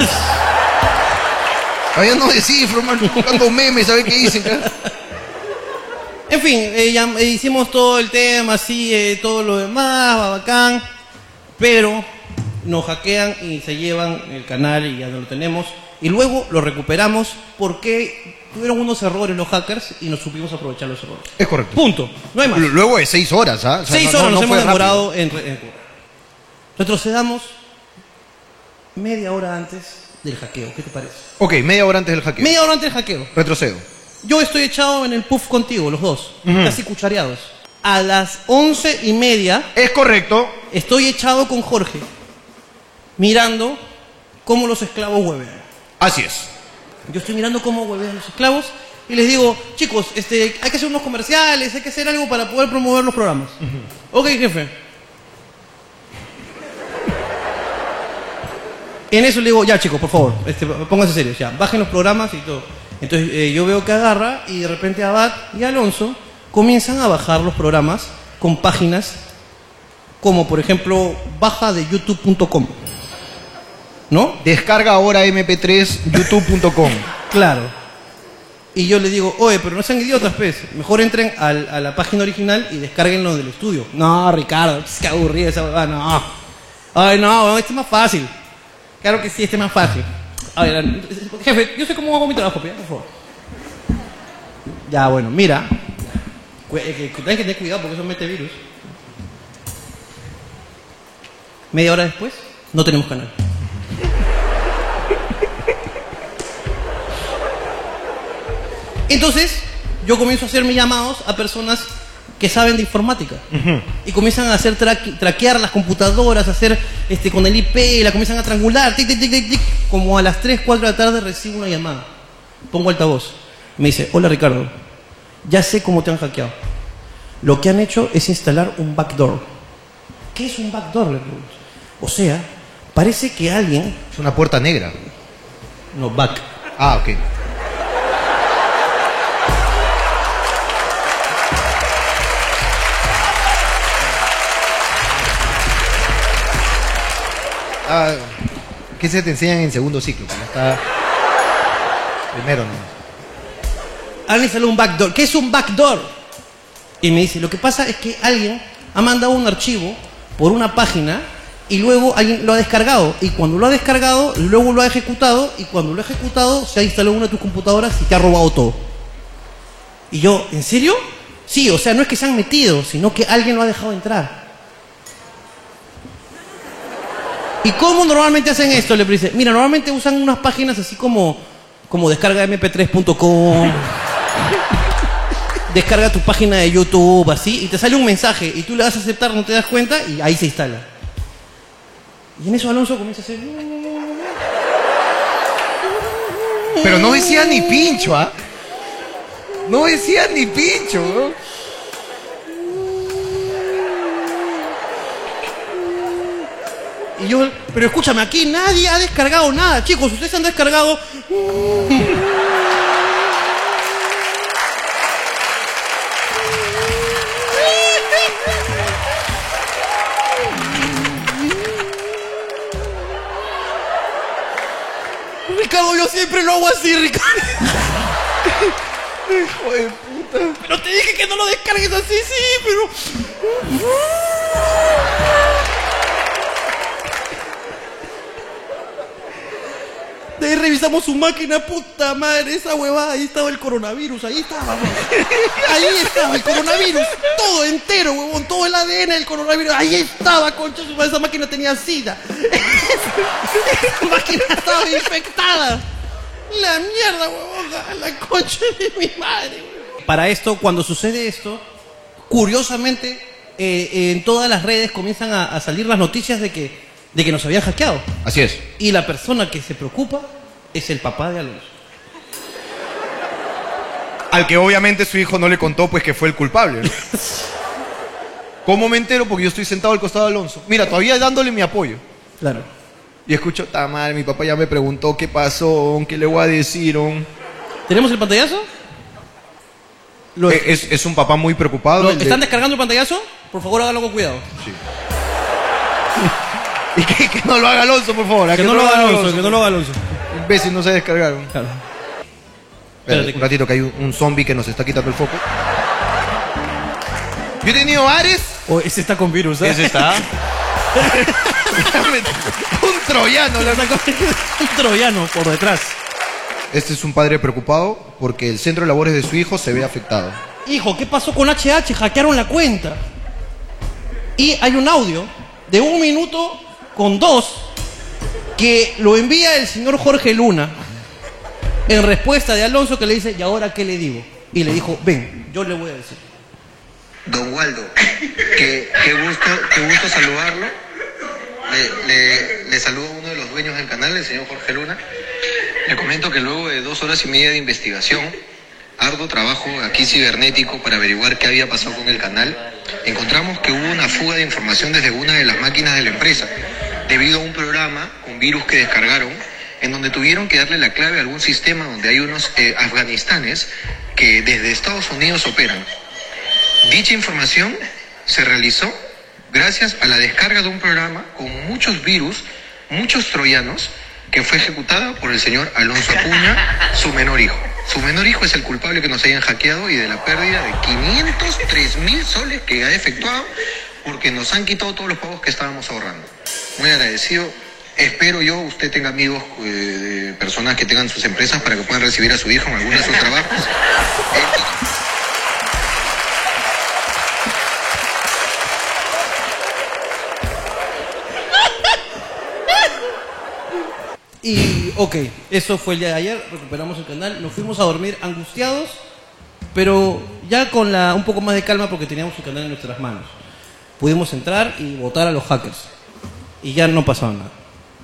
Todavía no descifro, hermano. Buscando memes, ¿sabes qué dicen? En fin, hicimos todo el tema, así, todo lo demás, bacán. Pero nos hackean y se llevan el canal y ya no lo tenemos. Y luego lo recuperamos porque tuvieron unos errores los hackers y nos supimos aprovechar los errores. Es correcto. Punto. No hay más. Luego de 6 horas, ¿ah? O sea, 6 horas nos hemos fue demorado rápido. en retrocedamos media hora antes del hackeo. ¿Qué te parece? Ok, media hora antes del hackeo. Media hora antes del hackeo. Retrocedo. Yo estoy echado en el puff contigo, los dos. Casi cuchareados. A las 11:30. Es correcto. Estoy echado con Jorge. Mirando cómo los esclavos huevean. Así es. Yo estoy mirando cómo huevean los esclavos y les digo, chicos, hay que hacer unos comerciales, hay que hacer algo para poder promover los programas. Ok, jefe. En eso le digo, ya chicos, por favor, pónganse serios, ya, bajen los programas y todo. Entonces yo veo que agarra y de repente Abad y Alonso comienzan a bajar los programas con páginas como, por ejemplo, baja de youtube.com. ¿No? Descarga ahora mp3 youtube.com. Claro. Y yo le digo, oye, pero no sean idiotas, pues. Mejor entren a la página original y descárguenlo del estudio. No, Ricardo, qué aburrida esa huevada, no. Ay, no, este es más fácil. Claro que sí, este es más fácil. A ver, jefe, yo sé cómo hago mi trabajo, por favor. Ya, bueno, mira. Hay que tener cuidado porque eso mete virus. Media hora después, no tenemos canal. Entonces, yo comienzo a hacer mis llamados a personas que saben de informática. Y comienzan a hacer traquear las computadoras, hacer con el IP, la comienzan a triangular, tic, tic, tic, tic, tic. Como a las 3, 4 de la tarde recibo una llamada. Pongo altavoz. Me dice, hola Ricardo, ya sé cómo te han hackeado. Lo que han hecho es instalar un backdoor. ¿Qué es un backdoor? Le pregunto. O sea, parece que alguien... Es una puerta negra. No, back. Ah, ok. ¿Qué se te enseñan en segundo ciclo? Como está primero, ¿no? Alguien instaló un backdoor. ¿Qué es un backdoor? Y me dice, lo que pasa es que alguien ha mandado un archivo por una página y luego alguien lo ha descargado. Y cuando lo ha descargado, luego lo ha ejecutado. Y cuando lo ha ejecutado, se ha instalado en una de tus computadoras y te ha robado todo. Y yo, ¿en serio? Sí, o sea, no es que se han metido, sino que alguien lo ha dejado entrar. ¿Y cómo normalmente hacen esto? Le dice, mira, normalmente usan unas páginas así como descarga mp3.com, descarga tu página de YouTube, así, y te sale un mensaje, y tú le das a aceptar, no te das cuenta, y ahí se instala. Y en eso Alonso comienza a hacer... Pero no decía ni pincho, ¿ah? No decía ni pincho, ¿no? Y yo, pero escúchame, aquí nadie ha descargado nada. Chicos, ustedes han descargado... Ricardo, yo siempre lo hago así, Ricardo. Hijo de puta. Pero te dije que no lo descargues así, sí, pero... De ahí revisamos su máquina, puta madre, esa huevada, ahí estaba el coronavirus, ahí estaba, ahí estaba el coronavirus, todo entero, huevón, todo el ADN del coronavirus, ahí estaba, concha, esa máquina tenía SIDA, esa máquina estaba infectada, la mierda, huevón, la concha de mi madre. Para esto, cuando sucede esto, curiosamente, en todas las redes comienzan a salir las noticias de que nos habían hackeado. Así es. Y la persona que se preocupa es el papá de Alonso. Al que obviamente su hijo no le contó, pues que fue el culpable, ¿no? ¿Cómo me entero? Porque yo estoy sentado al costado de Alonso. Mira, todavía dándole mi apoyo. Claro. Y escucho, ta madre, mi papá ya me preguntó qué pasó, qué le voy a decir. ¿Tenemos el pantallazo? Es un papá muy preocupado. ¿Están descargando el pantallazo? Por favor, háganlo con cuidado. Sí. Y que no lo haga Alonso, por favor. Que no lo haga Alonso, que no lo haga Alonso. Imbécil, no se descargaron. Claro. Espérate, un ratito que hay un zombie que nos está quitando el foco. Yo he tenido Ares. Oh, ese está con virus, ¿eh? Ese está. Un troyano. Un troyano por detrás. Este es un padre preocupado porque el centro de labores de su hijo se ve afectado. Hijo, ¿qué pasó con HH? Hackearon la cuenta. Y hay un audio de 1 minuto con 2 que lo envía el señor Jorge Luna en respuesta de Alonso, que le dice, ¿y ahora qué le digo? Y le dijo, ven, yo le voy a decir. Don Waldo, qué gusto saludarlo. Le saludo a uno de los dueños del canal, el señor Jorge Luna. Le comento que luego de 2 horas y media de investigación, arduo trabajo aquí cibernético para averiguar qué había pasado con el canal, encontramos que hubo una fuga de información desde una de las máquinas de la empresa, debido a un programa con virus que descargaron, en donde tuvieron que darle la clave a algún sistema donde hay unos afganistanes que desde Estados Unidos operan. Dicha información se realizó gracias a la descarga de un programa con muchos virus, muchos troyanos, que fue ejecutada por el señor Alonso Acuña, su menor hijo. Su menor hijo es el culpable que nos hayan hackeado y de la pérdida de 503.000 soles que ha efectuado porque nos han quitado todos los pagos que estábamos ahorrando. Muy agradecido. Espero yo usted tenga amigos, personas que tengan sus empresas para que puedan recibir a su hijo en alguno de sus trabajos. Y ok, eso fue el día de ayer, recuperamos el canal, nos fuimos a dormir angustiados, pero ya con un poco más de calma porque teníamos el canal en nuestras manos. Pudimos entrar y votar a los hackers y ya no pasaba nada.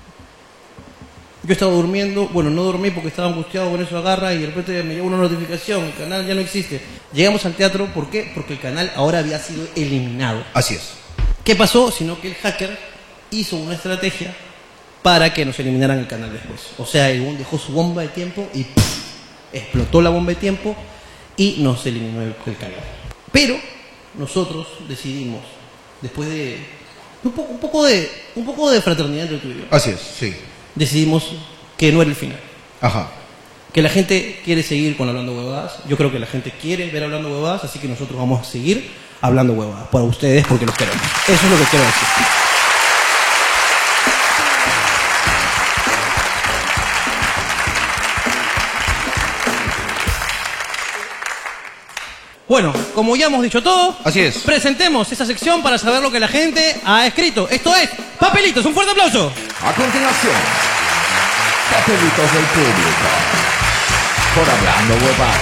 Yo estaba durmiendo, bueno, no dormí porque estaba angustiado, con eso agarra y de repente me llegó una notificación, el canal ya no existe. Llegamos al teatro, ¿por qué? Porque el canal ahora había sido eliminado. Así es. ¿Qué pasó? Sino que el hacker hizo una estrategia para que nos eliminaran el canal después. O sea, el dejó su bomba de tiempo y ¡puf! Explotó la bomba de tiempo y nos eliminó el canal. Pero nosotros decidimos, después de un poco de fraternidad entre tú y yo. Así es, sí. Decidimos que no era el final. Ajá. Que la gente quiere seguir con Hablando Huevadas. Yo creo que la gente quiere ver Hablando Huevadas, así que nosotros vamos a seguir hablando huevadas para ustedes porque los queremos. Eso es lo que quiero decir. Bueno, como ya hemos dicho todo, así es. Presentemos esa sección para saber lo que la gente ha escrito. Esto es Papelitos, un fuerte aplauso. A continuación, Papelitos del público. Por Hablando Huevadas.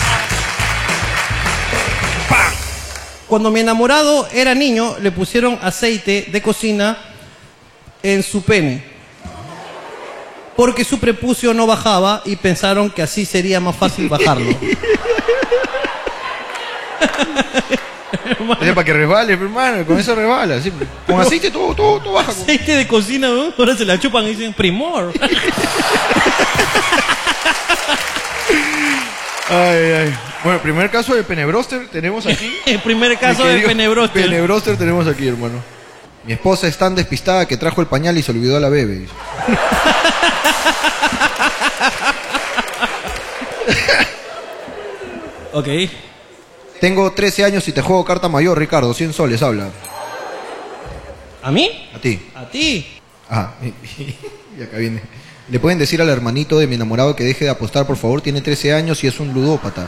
Cuando mi enamorado era niño, le pusieron aceite de cocina en su pene. Porque su prepucio no bajaba y pensaron que así sería más fácil bajarlo. Es para que resbale, hermano, con eso resbala. ¿Sí? Con aceite todo baja. Aceite de cocina, ¿no? Ahora se la chupan y dicen primor. Ay. Bueno, el primer caso de Penebroster tenemos aquí. El primer caso de Penebroster. Penebroster tenemos aquí, hermano. Mi esposa es tan despistada que trajo el pañal y se olvidó a la bebé. Dice. Ok. Tengo 13 años y te juego carta mayor, Ricardo. 100 soles, habla. ¿A mí? A ti. ¿A ti? Ajá. Y acá viene. ¿Le pueden decir al hermanito de mi enamorado que deje de apostar, por favor? Tiene 13 años y es un ludópata.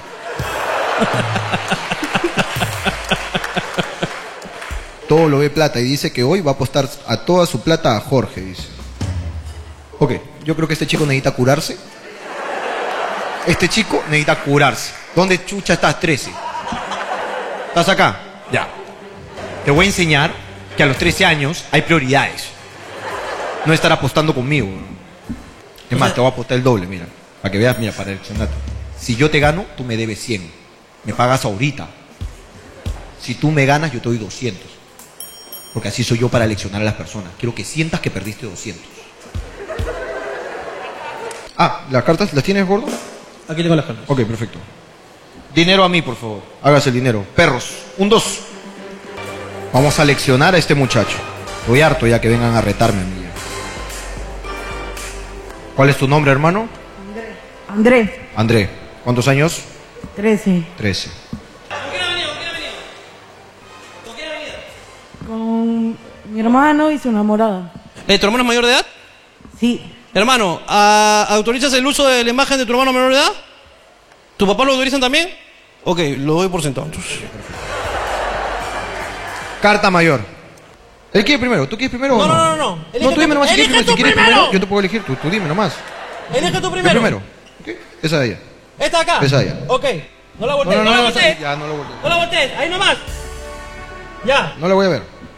Todo lo ve plata y dice que hoy va a apostar a toda su plata a Jorge, dice. Ok, yo creo que este chico necesita curarse. Este chico necesita curarse. ¿Dónde chucha estás, 13? ¿Estás acá? Ya. Te voy a enseñar que a los 13 años hay prioridades. No estar apostando conmigo. Es más, te voy a apostar el doble, mira. Para que veas, mira, para eleccionarte. Si yo te gano, tú me debes 100. Me pagas ahorita. Si tú me ganas, yo te doy 200. Porque así soy yo para eleccionar a las personas. Quiero que sientas que perdiste 200. Ah, ¿las cartas las tienes, gordo? Aquí tengo las cartas. Ok, perfecto. Dinero a mí, por favor. Hágase el dinero. Perros. Un 2. Vamos a seleccionar a este muchacho. Estoy harto ya que vengan a retarme a mí. ¿Cuál es tu nombre, hermano? André. André. ¿Cuántos años? 13. 13. Con mi hermano y su enamorada. ¿Tu hermano es mayor de edad? Sí. Hermano, ¿autorizas el uso de la imagen de tu hermano menor de edad? ¿Tu papá lo autorizan también? Ok, lo doy por sentado entonces. Carta mayor. Él quiere primero. ¿Tú quieres primero o no? No. No, tú dime nomás si quieres primero. Si quieres primero, yo te puedo elegir. Tú dime nomás. Elige tú Yo primero. primero. ¿Okay? Esa de ella. ¿Esta de acá? Esa de ella. Ok. No la voltees, no la voltees. Ya, no lo voltees. No la voltees, ahí nomás. Ya. No la voy a ver.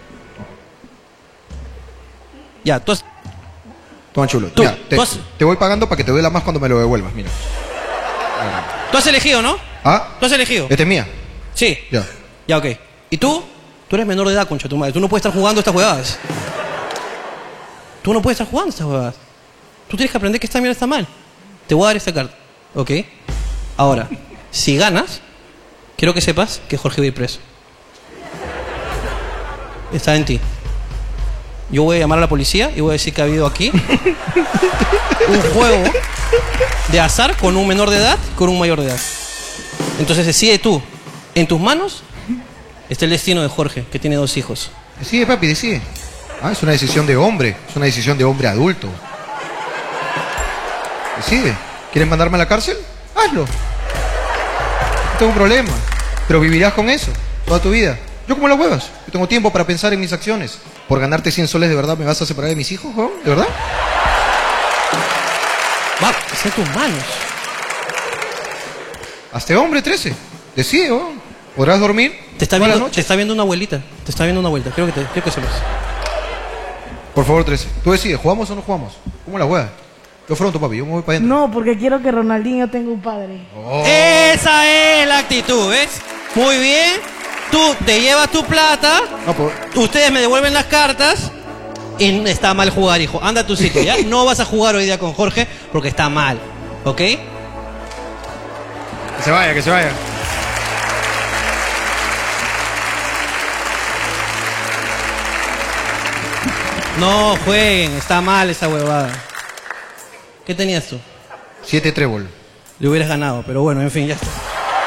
Ya, tú has... Toma chulo. Tú, Ya, tú has... te voy pagando para que te duela más cuando me lo devuelvas, mira. Tú has elegido, ¿no? ¿Ah? ¿Tú has elegido? Esta es mía. Sí. Ya. Ya, ok. ¿Y tú? Tú eres menor de edad, concha tu madre. Tú no puedes estar jugando estas jugadas. Tú no puedes estar jugando estas jugadas. Tú tienes que aprender que esta mierda está mal. Te voy a dar esta carta. ¿Ok? Ahora, si ganas, quiero que sepas que Jorge va a ir preso. Está en ti. Yo voy a llamar a la policía y voy a decir que ha habido aquí un juego de azar con un menor de edad y con un mayor de edad. Entonces decide tú. En tus manos está el destino de Jorge, que tiene 2 hijos. Decide, papi, decide. Es una decisión de hombre. Es una decisión de hombre adulto. Decide. ¿Quieres mandarme a la cárcel? Hazlo. No tengo problema. Pero vivirás con eso toda tu vida. Yo como las huevas. Yo tengo tiempo para pensar en mis acciones. Por ganarte 100 soles, ¿de verdad me vas a separar de mis hijos, ¿no? ¿De verdad? Va, está en tus manos. Hazte hombre, 13. Decide, ¿no? ¿Podrás dormir? Te está viendo una abuelita. Te está viendo una abuelita. Quiero que sepas. Por favor, 13. Tú decides, ¿jugamos o no jugamos? ¿Cómo la juegas? Yo afronto, papi. Yo me voy para adentro. No, porque quiero que Ronaldinho tenga un padre. Oh. Esa es la actitud, ¿ves? Muy bien. Tú te llevas tu plata. No, pues... Ustedes me devuelven las cartas. Y está mal jugar, hijo. Anda a tu sitio, ¿ya? No vas a jugar hoy día con Jorge porque está mal. ¿Ok? Que se vaya, que se vaya. No jueguen, está mal esa huevada. ¿Qué tenías tú? 7 trébol. Le hubieras ganado, pero bueno, en fin, ya está.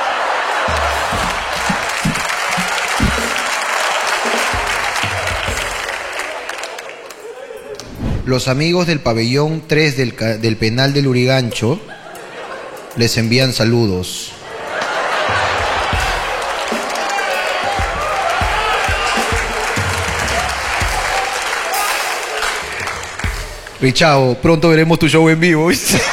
Los amigos del pabellón 3 del penal del Urigancho les envían saludos. Richao, pronto veremos tu show en vivo.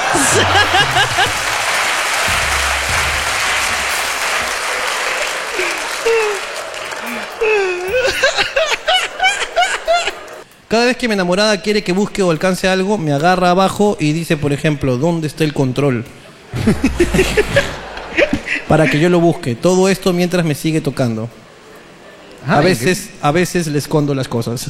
Cada vez que mi enamorada quiere que busque o alcance algo, me agarra abajo y dice, por ejemplo, ¿dónde está el control? Para que yo lo busque. Todo esto mientras me sigue tocando. A veces le escondo las cosas.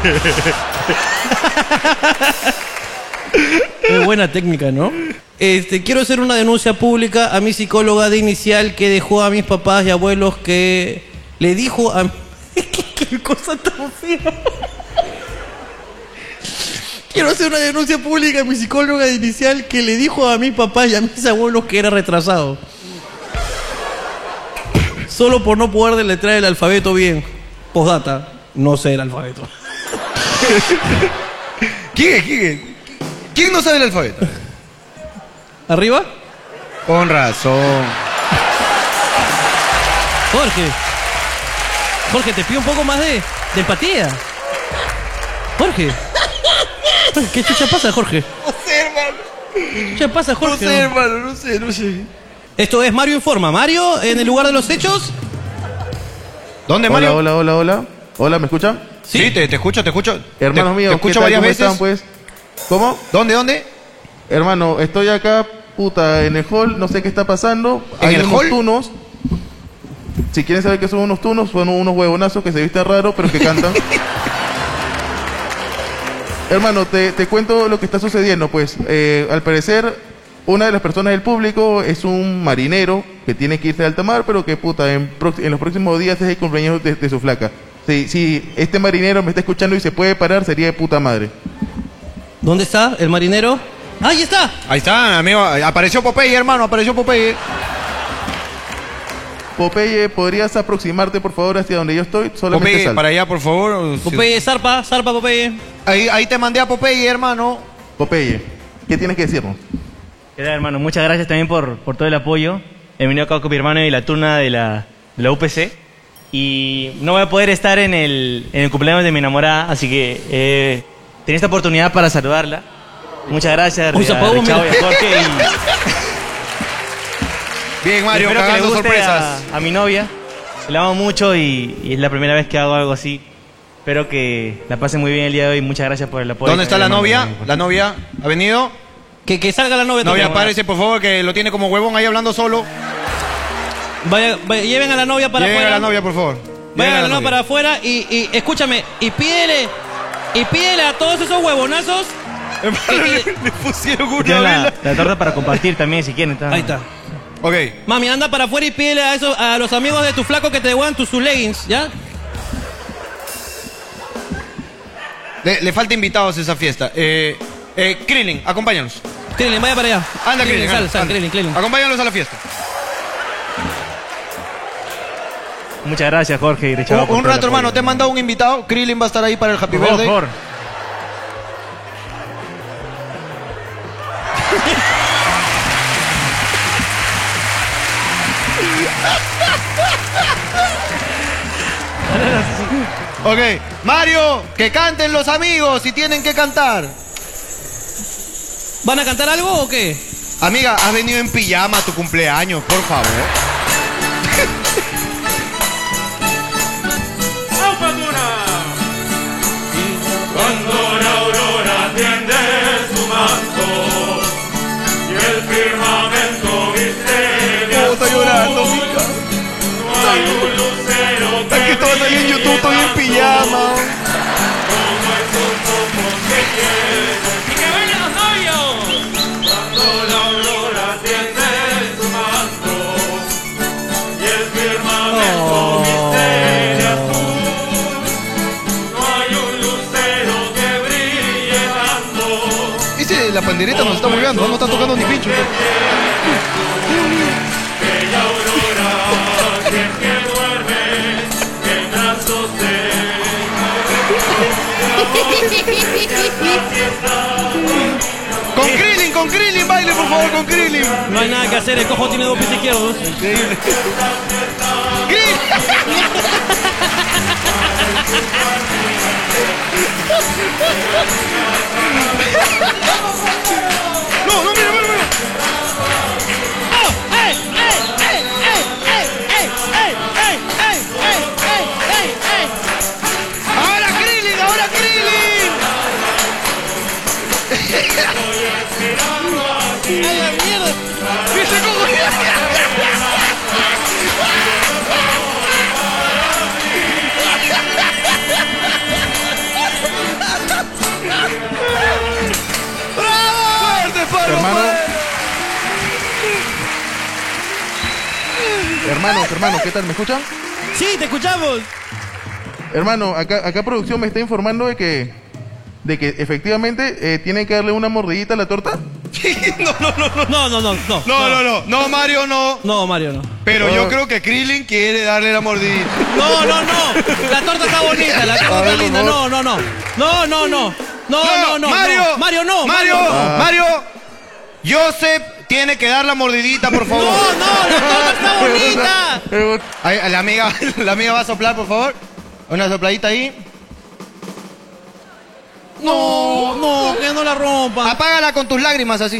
Es buena técnica, ¿no? Quiero hacer una denuncia pública a mi psicóloga de inicial que dejó a mis papás y abuelos que le dijo a... ¿Qué cosa tan fea? Quiero hacer una denuncia pública a mi psicóloga de inicial que le dijo a mis papás y a mis abuelos que era retrasado. Solo por no poder deletrear el alfabeto bien. Postdata, no sé el alfabeto. ¿Quién no sabe el alfabeto? ¿Arriba? Con razón. Jorge, te pido un poco más de empatía. Jorge, ¿qué chucha pasa, Jorge? No sé, hermano. ¿Qué chucha pasa, Jorge? No sé, hermano, no sé. Esto es Mario Informa. Mario, en el lugar de los hechos. ¿Dónde, Mario? Hola. Hola, ¿me escuchan? Sí, te escucho. Hermanos míos, te escucho ¿qué tal? varias ¿Cómo veces. están, pues? ¿Cómo? ¿Dónde? Hermano, estoy acá, puta, en el hall, no sé qué está pasando. ¿En Hay el unos hall? tunos. Si quieren saber qué son unos tunos, son unos huevonazos que se visten raro, pero que cantan. Hermano, te cuento lo que está sucediendo, pues. Al parecer, una de las personas del público es un marinero que tiene que irse de alta mar, pero que, puta, en los próximos días es el cumpleaños de su flaca. Si este marinero me está escuchando y se puede parar, sería de puta madre. ¿Dónde está el marinero? ¡Ahí está! Ahí está, amigo. Apareció Popeye, hermano, apareció Popeye. Popeye, ¿podrías aproximarte, por favor, hacia donde yo estoy? Solamente Popeye, sal. para allá, por favor. Popeye, zarpa, Popeye. Ahí te mandé a Popeye, hermano. Popeye, ¿qué tienes que decirnos? ¿Qué tal, hermano? Muchas gracias también por todo el apoyo. He venido acá con mi hermano y la turna de la UPC. Y no voy a poder estar en el cumpleaños de mi enamorada, así que tenía esta oportunidad para saludarla. Muchas gracias a Richao y a Jorge. Bien, Mario, espero que le cagando guste sorpresas. a mi novia. La amo mucho y es la primera vez que hago algo así. Espero que la pase muy bien el día de hoy. Muchas gracias por el apoyo. ¿Dónde está la novia? ¿La novia ha venido? Que salga la novia. Novia, párese, por favor, que lo tiene como huevón ahí hablando solo. Vaya, lleven a la novia para Lleven afuera. a la novia, por favor. Vayan a la novia para afuera y escúchame, y pídele a todos esos huevonazos. Le pusieron una Tienen vela. la torta para compartir también, si quieren. Ahí está. Ok. Mami, anda para afuera y pídele a los amigos de tu flaco que te devuelvan sus leggings, ¿ya? Le falta invitados a esa fiesta. Krillin, acompáñanos. Krillin, vaya para allá. Anda, Krillin. Sal, Krillin. Acompáñanos a la fiesta. Muchas gracias, Jorge y Richao. Un rato, hermano, te he mandado un invitado. Krillin va a estar ahí para el Happy Por Birthday. favor. Ok, Mario, que canten los amigos si tienen que cantar. ¿Van a cantar algo o qué? Amiga, has venido en pijama a tu cumpleaños, por favor. Cuando la aurora tiende su manto y el firmamento viste. Está llorando, mica. No hay un lucero Es que estaba saliendo en YouTube, estoy en pijama. como esos ojos que quieren. ¡Y que bailen los novios! Cuando la aurora tiende su manto y el firmamento viste de azul. No hay un lucero que brille tanto. Dice, la pandereta nos está moviendo, no está tocando ni pincho. Bella aurora, que es que duerme en brazos de Con Krillin, baile por favor, con Krillin. No hay nada que hacer, el cojo tiene 2 pies izquierdos. Increíble. No, mira. Ahora Krillin. ¡Ay, la mierda! ¿Viste cómo? Hermano, ¿qué tal? ¿Me escuchan? Sí, te escuchamos. Hermano, acá producción me está informando de que efectivamente tienen que darle una mordidita a la torta. No, Mario, no. No, Mario, no. Pero yo creo que Krillin quiere darle la mordidita. No. La torta está bonita, la torta está linda. No. Mario, no. Mario. Joseph tiene que dar la mordidita, por favor. No, la torta está bonita. Ahí, la amiga va a soplar, por favor. Una sopladita ahí. No, que no la rompa. Apágala con tus lágrimas así.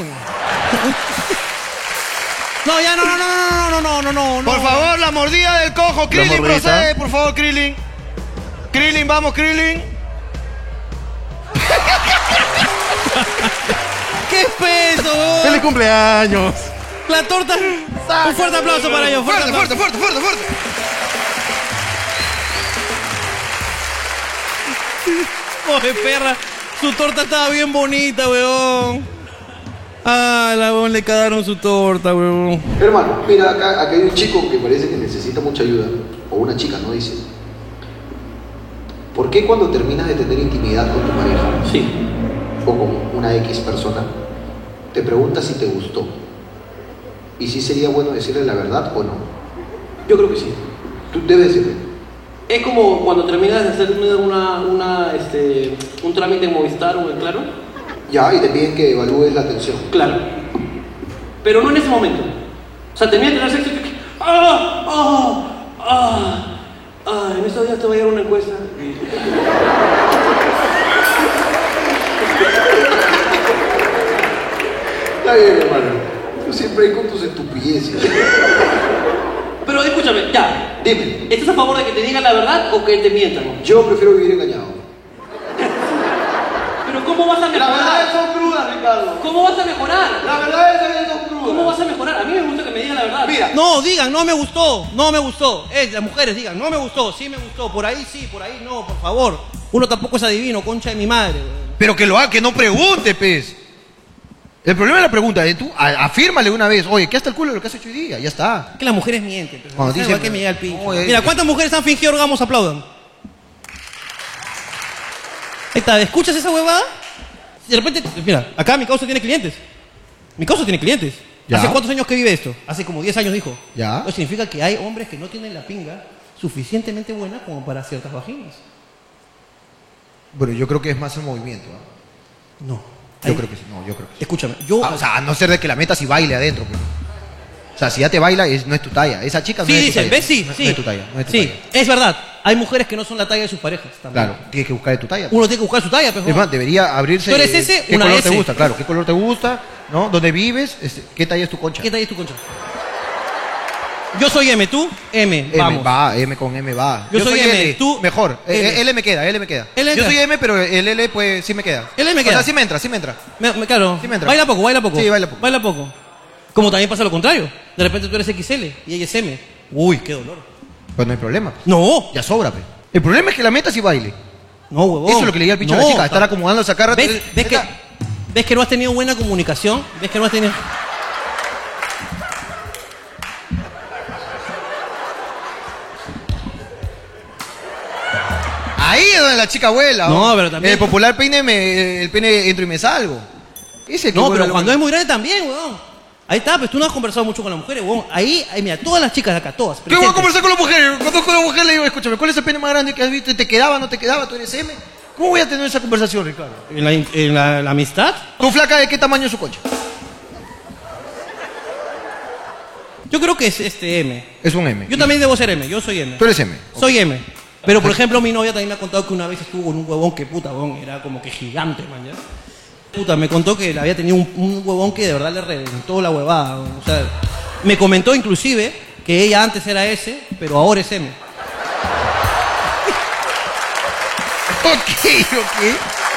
No, ya no. Por favor, la mordida del cojo. Krillin, procede, por favor, Krillin. Krillin, vamos, Krillin. ¡Qué peso! ¡Feliz cumpleaños! La torta. Un fuerte aplauso para ellos. Fuerte. Oye, perra, su torta estaba bien bonita, weón. Ah, la weón le cagaron su torta, weón. Hermano, mira, acá hay un chico que parece que necesita mucha ayuda, o una chica, ¿no? Dice. ¿Por qué cuando terminas de tener intimidad con tu pareja, sí, o con una X persona, te preguntas si te gustó? Y si sería bueno decirle la verdad o no. Yo creo que sí. Tú debes decirle. Es como cuando terminas de hacer un trámite en Movistar o en Claro. Ya, y te piden que evalúes la atención. Claro. Pero no en ese momento. O sea, terminas de tener sexo y te... en estos días te va a llegar una encuesta. Está bien, hermano. Tú siempre hay con tus estupideces. Pero escúchame, ya. Dime. ¿Estás a favor de que te digan la verdad o que te mientan? Yo prefiero vivir engañado. Pero ¿cómo vas a mejorar? La verdad son crudas, Ricardo. ¿Cómo vas a mejorar? La verdad son crudas. ¿Cómo vas a mejorar? A mí me gusta que me digan la verdad. Mira. No, digan, no me gustó, no me gustó. Las mujeres digan, no me gustó, sí me gustó. Por ahí sí, por ahí no, por favor. Uno tampoco es adivino, concha de mi madre. Pero que lo haga, que no pregunte, pez. El problema es la pregunta, tú afírmale una vez, oye, ¿qué hasta el culo de lo que has hecho hoy día? Ya está. Que las mujeres mienten. Pero Cuando dicen que me llega el pincho. No, Mira, ¿cuántas mujeres han fingido orgasmos? Aplaudan. Ahí está, ¿escuchas esa huevada? De repente, mira, acá mi causa tiene clientes. Mi causa tiene clientes. ¿Ya? ¿Hace cuántos años que vive esto? Hace como 10 años, dijo. Ya. Eso significa que hay hombres que no tienen la pinga suficientemente buena como para ciertas vaginas. Bueno, yo creo que es más el movimiento. No. Yo creo que sí, no, yo creo que sí. Escúchame, yo... O sea, a no ser de que la metas y baile adentro. Pero... O sea, si ya te baila, no es tu talla. Esa chica no Sí, es tu dicen, talla. ¿ves? Sí, no, sí. no es tu talla, no es tu Sí, talla. es verdad. Hay mujeres que no son la talla de sus parejas también. Claro, tienes que buscar de tu talla. Uno tiene que buscar su talla, pero... Es más, debería abrirse... ¿Tú eres ese? ¿Qué Una color S. te gusta? Claro, ¿qué color te gusta? ¿No? ¿Dónde vives? ¿Qué talla es tu concha? ¿Qué talla es tu concha? Yo soy M, tú, M, vamos. M con M va. Yo soy M, L, tú, mejor. L. L me queda. L me Yo queda. soy M, pero el L pues sí me queda. L me O queda. sea, sí me entra. Claro, Sí me entra. baila poco, baila poco. Sí, baila poco. Baila poco. Como también pasa lo contrario. De repente tú eres XL y ella es M. Uy, qué dolor. Pues no hay problema. No. Ya sobra, pe. El problema es que la metas y baile. No, huevón. Eso es lo que le di al pincho a la chica, estar acomodando esa carra. ¿Ves que no has tenido buena comunicación? ¿Ves que no has tenido...? Ahí es donde la chica vuela. No, ¿o? pero también- El popular peine, el pene entro y me salgo. Ese que No, vuela pero lo cuando bueno. es muy grande también, huevón. Ahí está, pues tú no has conversado mucho con las mujeres, huevón. Ahí, mira, todas las chicas de acá, todas. ¿Qué voy a presentes. conversar con la mujer? Cuando con la mujer le digo, escúchame, ¿cuál es el pene más grande que has visto? ¿Te quedaba, no te quedaba? ¿Tú eres M? ¿Cómo voy a tener esa conversación, Ricardo? ¿En la amistad? ¿Tu flaca de qué tamaño es su concha? Yo creo que es M. Es un M. Yo también debo ser M, yo soy M. Tú eres M. Soy M. Pero, por ejemplo, mi novia también me ha contado que una vez estuvo con un huevón que, puta, huevón, era como que gigante, man, ¿ya? Puta, me contó que había tenido un huevón que de verdad le reventó la huevada. O sea, me comentó inclusive que ella antes era S, pero ahora es M. Ok.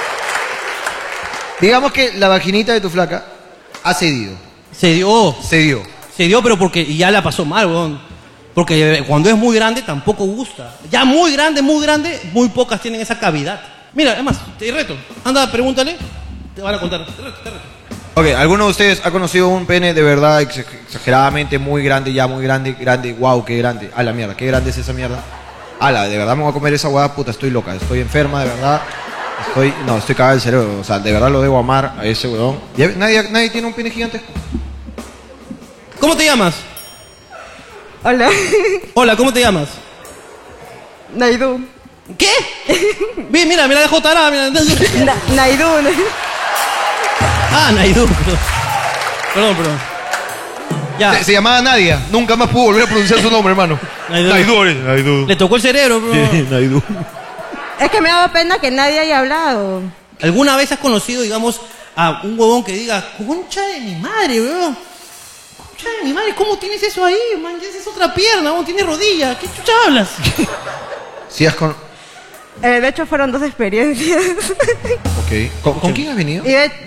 Digamos que la vaginita de tu flaca ha cedido. Se dio. Se dio, pero porque y ya la pasó mal, huevón. Porque cuando es muy grande tampoco gusta. Ya muy grande, muy pocas tienen esa cavidad. Mira, es más, te reto. Anda, pregúntale. Te van a contar. Te reto. Ok, ¿alguno de ustedes ha conocido un pene de verdad exageradamente muy grande, ya muy grande, wow, qué grande? A la mierda, qué grande es esa mierda. Ala, de verdad me voy a comer esa hueá, puta, estoy loca, estoy enferma, de verdad. Estoy cagada del cerebro, o sea, de verdad lo debo amar a ese huevón. ¿Nadie tiene un pene gigantesco? ¿Cómo te llamas? Hola. Hola, ¿cómo te llamas? Naidu. ¿Qué? Mira, me la dejó tarada. Naidu. Ah, Naidu. Perdón. Ya. Se llamaba Nadia. Nunca más pudo volver a pronunciar su nombre, hermano. Naidu. Le tocó el cerebro, bro. Naidu. Es que me daba pena que nadie haya hablado. ¿Alguna vez has conocido, digamos, a un huevón que diga, concha de mi madre, bro? Concha de mi madre, ¿cómo tienes eso ahí, man? Esa es otra pierna, huevón, tienes rodilla. ¿Qué chucha hablas? Sí, De hecho, fueron 2 experiencias. Ok. ¿Con quién has venido?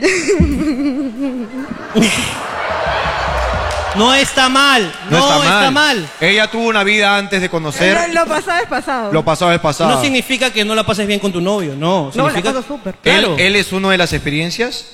No está mal. No está mal. Ella tuvo una vida antes de conocer. Lo pasado es pasado. Lo pasado es pasado. No significa que no la pases bien con tu novio, no. No, la Significa... paso súper. Claro. ¿Él es uno de las experiencias?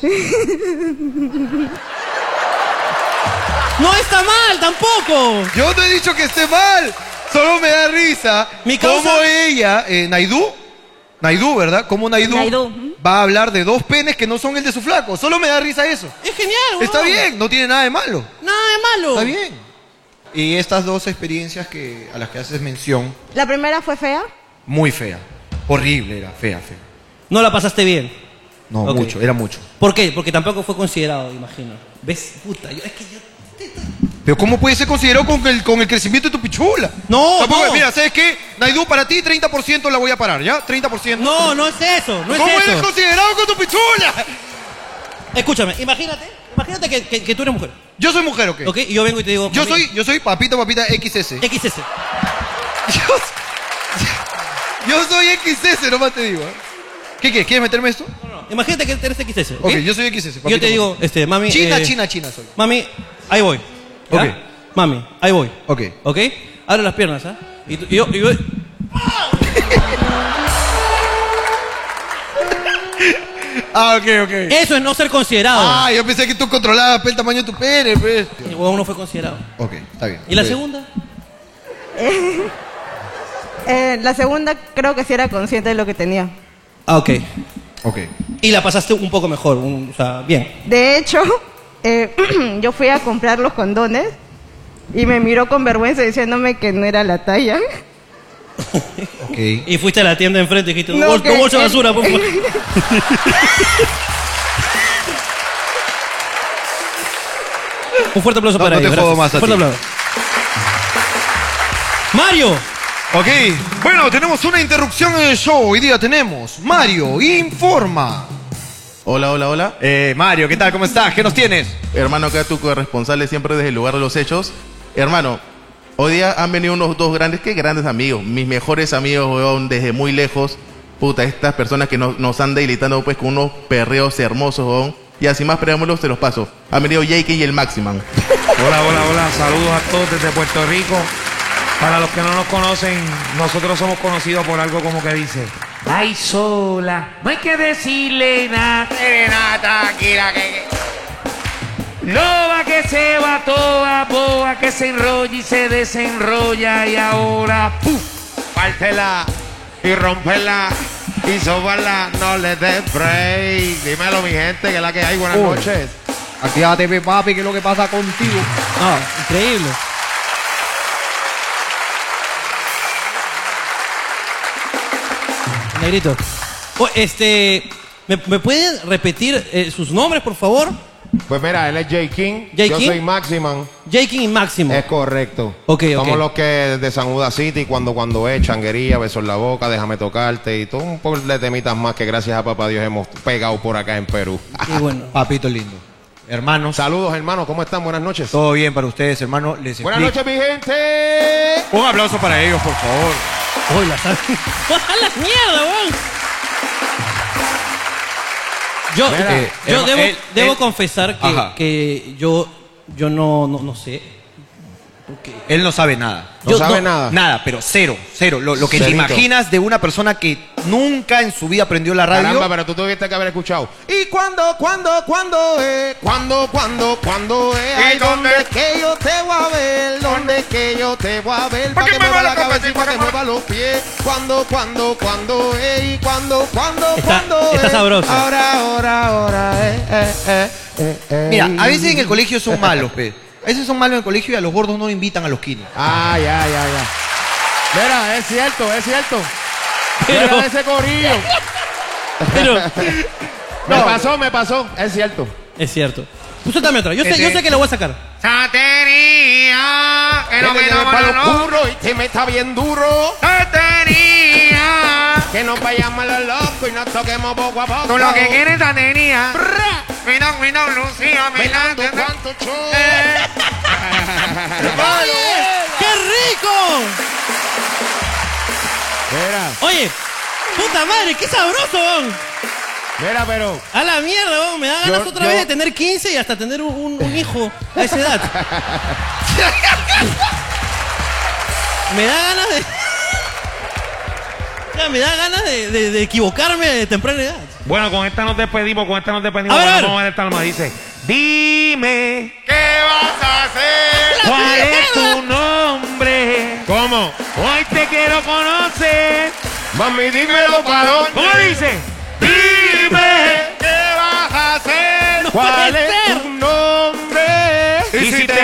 No está mal, tampoco. Yo no he dicho que esté mal. Solo me da risa. Cómo ella, Naidu, ¿verdad? Cómo Naidu va a hablar de 2 penes que no son el de su flaco. Solo me da risa eso. Es genial, huevón. Está bien, no tiene nada de malo. Nada de malo. Está bien. Y estas dos experiencias a las que haces mención, La primera fue fea. muy fea. Horrible era, fea. No la pasaste bien. No, Ok. mucho, era mucho. ¿Por qué? Porque tampoco fue considerado, imagino. ¿Ves? Puta, es que yo... Pero ¿cómo puede ser considerado con el crecimiento de tu pichula? No, Tampoco- no. Mira, ¿sabes qué? Naidu, para ti 30% la voy a parar, ¿ya? 30%. No, no es eso, no es ¿Cómo eso. eres considerado con tu pichula? Escúchame, imagínate que tú eres mujer. Yo soy mujer, ¿ok? ¿Ok? Y yo vengo y te digo... Yo mami, soy papita XS. XS. Yo soy XS, nomás te digo. ¿Qué quieres? ¿Quieres meterme esto? Imagínate que eres XS. Ok, yo soy XS. Yo papita, te digo, papita. mami... China soy. Mami, ahí voy. ¿ya? Ok. Mami, ahí voy. Ok. ¿Ok? Abre las piernas, ¿ah? Y yo... Ah, ok. Eso es no ser considerado. Ah, yo pensé que tú controlabas el tamaño de tu pene, pues. El huevón no fue considerado. Ok, está bien. ¿Y la Está bien. segunda? La segunda creo que sí era consciente de lo que tenía. Ah, ok. Ok. Y la pasaste un poco mejor, o sea, bien. De hecho, yo fui a comprar los condones y me miró con vergüenza diciéndome que no era la talla. Ok. Y fuiste a la tienda enfrente y dijiste, No, no, que- bolsa de basura, por favor. Un fuerte aplauso No, para no te ellos, jodo gracias. más a Fuerte ti. aplauso. ¡Mario! Ok, bueno, tenemos una interrupción en el show. Hoy día tenemos Mario Informa. Hola. Mario, ¿qué tal? ¿Cómo estás? ¿Qué nos tienes? Hermano, acá tu corresponsal siempre desde el lugar de los hechos. Hermano, hoy día han venido unos dos grandes amigos. Mis mejores amigos, weón, desde muy lejos. Puta, estas personas que nos han deleitando pues con unos perreos hermosos, weón. Y así más preámbulos, te los paso. Han venido Jake y el Maximan. Hola. Saludos a todos desde Puerto Rico. Para los que no nos conocen, nosotros somos conocidos por algo como que dice: ay, sola, no hay que decirle nada, tranquila, que loba que se va toda, boa que se enrolla y se desenrolla y ahora, ¡puf! Pártela y rómpela y sóbala, no le des break. Dímelo, mi gente, que es la que hay. Buenas noches. Actívate, papi, ¿qué es lo que pasa contigo? Ah, increíble. Negrito. ¿Me pueden repetir sus nombres, por favor? Pues mira, él es J. King, J. yo King. soy Maximan. J. King y Máximo. Es correcto. Ok. Somos los que de San Judas City, cuando es changuería, besos en la boca, déjame tocarte y todo un poco de temitas más que gracias a papá Dios hemos pegado por acá en Perú. Y bueno. Papito lindo. Hermanos. Saludos, hermanos, ¿cómo están? Buenas noches. Todo bien para ustedes, hermano. Les Buenas explico. noches, mi gente. Un aplauso para ellos, por favor. Hola, ¡a la mierda, weón! Yo debo confesar Ajá. que yo no sé. Porque Él no sabe nada. No sabe nada. Nada, pero cero. Lo que te Cerito. imaginas de una persona que nunca en su vida aprendió la radio. Caramba, pero tú tuviste que haber escuchado. ¿Y cuándo es? ¿Cuándo es? Ay, ¿dónde que yo te voy a ver? ¿Dónde que yo te voy a ver? Para que mueva la cabeza y para que mueva los pies. ¿Cuándo es? ¿Y cuándo Está es? sabroso. Ahora, Mira, a veces en el colegio son malos, pe. A veces son malos en el colegio y a los gordos no invitan a los kines. Ah, ya. Mira, es cierto. Pero- Mira ese corillo. Pero Me pasó, es cierto. es cierto. Usted también otra. Yo sé que la voy a sacar. Satería, que no me Métele da pa'l mano, oscuro y te meta bien duro. Satería, Que nos vayamos a lo loco y nos toquemos poco a poco. tú lo que quieres es satería. Cuidado, Lucía, me Bailando la cuánto show. ¡Qué rico! Mira, Oye, puta madre, qué sabroso, weón. mira, pero A la mierda, weón. Me da ganas Yo- otra yo- vez de tener 15 y hasta tener un hijo a esa edad. Me da ganas de... Ya, me da ganas de equivocarme de temprana edad. Bueno, con esta nos despedimos. A ver, a ver. Vamos a ver esta alma. Dice: dime, ¿qué vas a hacer? ¿cuál es tu nombre? ¿Cómo? Hoy te quiero conocer. Mami, dímelo para dónde. ¿Cómo dice? Dime, ¿Qué vas a hacer? No ¿Cuál puede es ser. tu nombre? y si te va a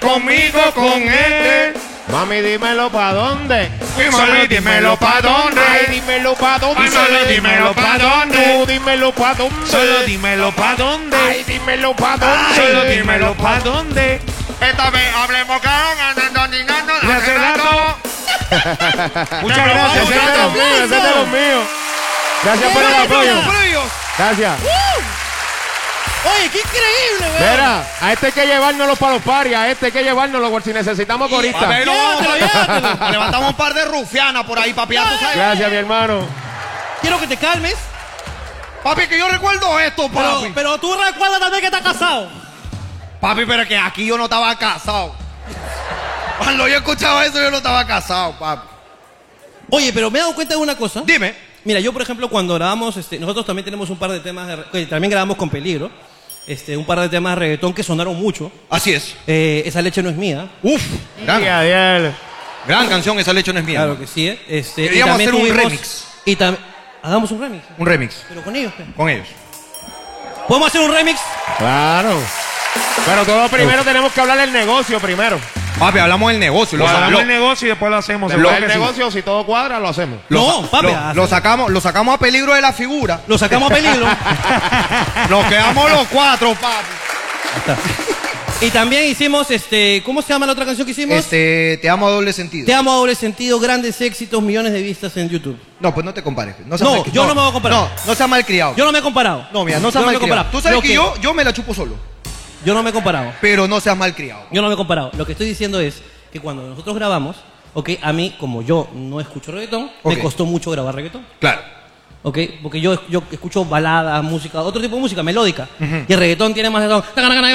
conmigo con este. Mami, dímelo pa' dónde. Mami, dímelo pa' dónde. Ay, dímelo pa' dónde. Ay, solo dímelo pa' dónde. Tú dímelo pa' dónde. Solo dímelo pa' dónde. Ay, dímelo pa' dónde. Solo dímelo pa' dónde. Esta vez hablemos con Gracias, Lato. Muchas gracias. Ese es de los míos, ese es de los míos. Gracias por el apoyo. Gracias. Oye, qué increíble, weón. Mira, a este hay que llevárnoslo para los paris, a este hay que llevárnoslo por si necesitamos coristas. Llévatelo. Levantamos un par de rufianas por ahí, papi. Gracias, mi hermano. Quiero que te calmes. Papi, que yo recuerdo esto, papi. Pero tú recuerdas también que estás casado. Papi, pero que aquí yo no estaba casado. Cuando yo escuchaba eso, yo no estaba casado, papi. Oye, pero me he dado cuenta de una cosa. Dime. Mira, yo, por ejemplo, cuando grabamos, nosotros también tenemos un par de temas, que también grabamos con Peligro. Un par de temas de reggaetón que sonaron mucho. Así es. Esa leche no es mía. Uf, gran canción, Esa leche no es mía. Claro que sí, Queríamos hacer un remix. Y también, hagamos un remix. Un remix. Pero con ellos, Con ellos. ¿Podemos hacer un remix? Claro. Pero todo primero tenemos que hablar del negocio primero. Papi, hablamos del negocio. Hablamos del negocio y después lo hacemos. El negocio, si todo cuadra, lo hacemos. Lo sacamos a Peligro de la figura. Lo sacamos a Peligro. Nos quedamos los cuatro, papi. Y también hicimos, ¿cómo se llama la otra canción que hicimos? Te amo a doble sentido. Te amo a doble sentido, grandes éxitos, millones de vistas en YouTube. No, pues no te compares. No, yo no me voy a comparar. No seas malcriado. Yo no me he comparado. No, mira, no seas malcriado. Tú sabes que yo me la chupo solo. Yo no me he comparado. Pero no seas malcriado. Yo no me he comparado. Lo que estoy diciendo es que cuando nosotros grabamos, a mí, como yo no escucho reggaetón, me costó mucho grabar reggaetón. Claro. Porque yo escucho baladas, música, otro tipo de música, melódica. Y el reggaetón tiene más de todo.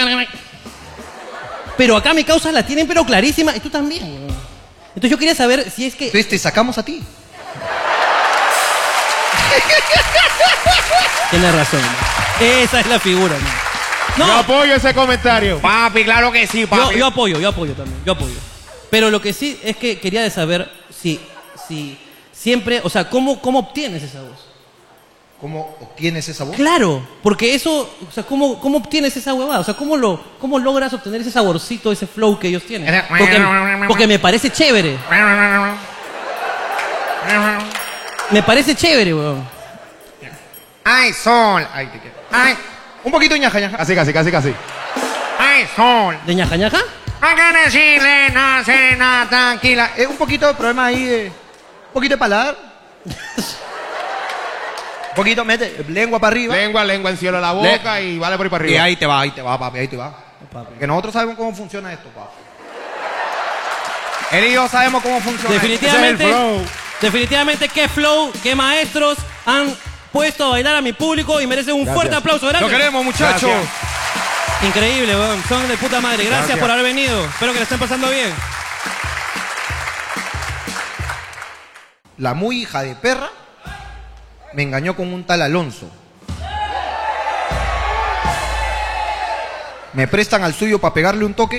Pero acá mi causas la tienen pero clarísima y tú también. Entonces yo quería saber si es que... Entonces te sacamos a ti. Tienes razón. Esa es la figura. No. Yo apoyo ese comentario. Papi, claro que sí, papi. Yo apoyo también. Yo apoyo. Pero lo que sí es que quería saber si siempre... O sea, ¿cómo obtienes esa voz? ¿Cómo obtienes esa voz? Claro, porque eso, o sea, ¿cómo obtienes esa huevada? O sea, ¿cómo logras obtener ese saborcito, ese flow que ellos tienen? Porque me parece chévere. Me parece chévere, weón. Ay, sol. Ay, te quiero. Ay, un poquito de ñaja, ñaja. Casi. Ay, sol. ¿De ñaja, ñaja? Hay que decirle, no sé, nada, tranquila. Un poquito de problema ahí de... Un poquito de paladar. Un poquito, mete lengua para arriba. Lengua en cielo a la boca y vale por ahí para arriba. Y ahí te va, papi, ahí te va. Que nosotros sabemos cómo funciona esto, papi. Él y yo sabemos cómo funciona Definitivamente, qué flow, qué maestros han puesto a bailar a mi público y merecen un fuerte aplauso. Gracias. Lo queremos, muchachos. Gracias. Increíble, weón. Son de puta madre. Gracias por haber venido. Espero que la estén pasando bien. La muy hija de perra me engañó con un tal Alonso. Me prestan al suyo para pegarle un toque.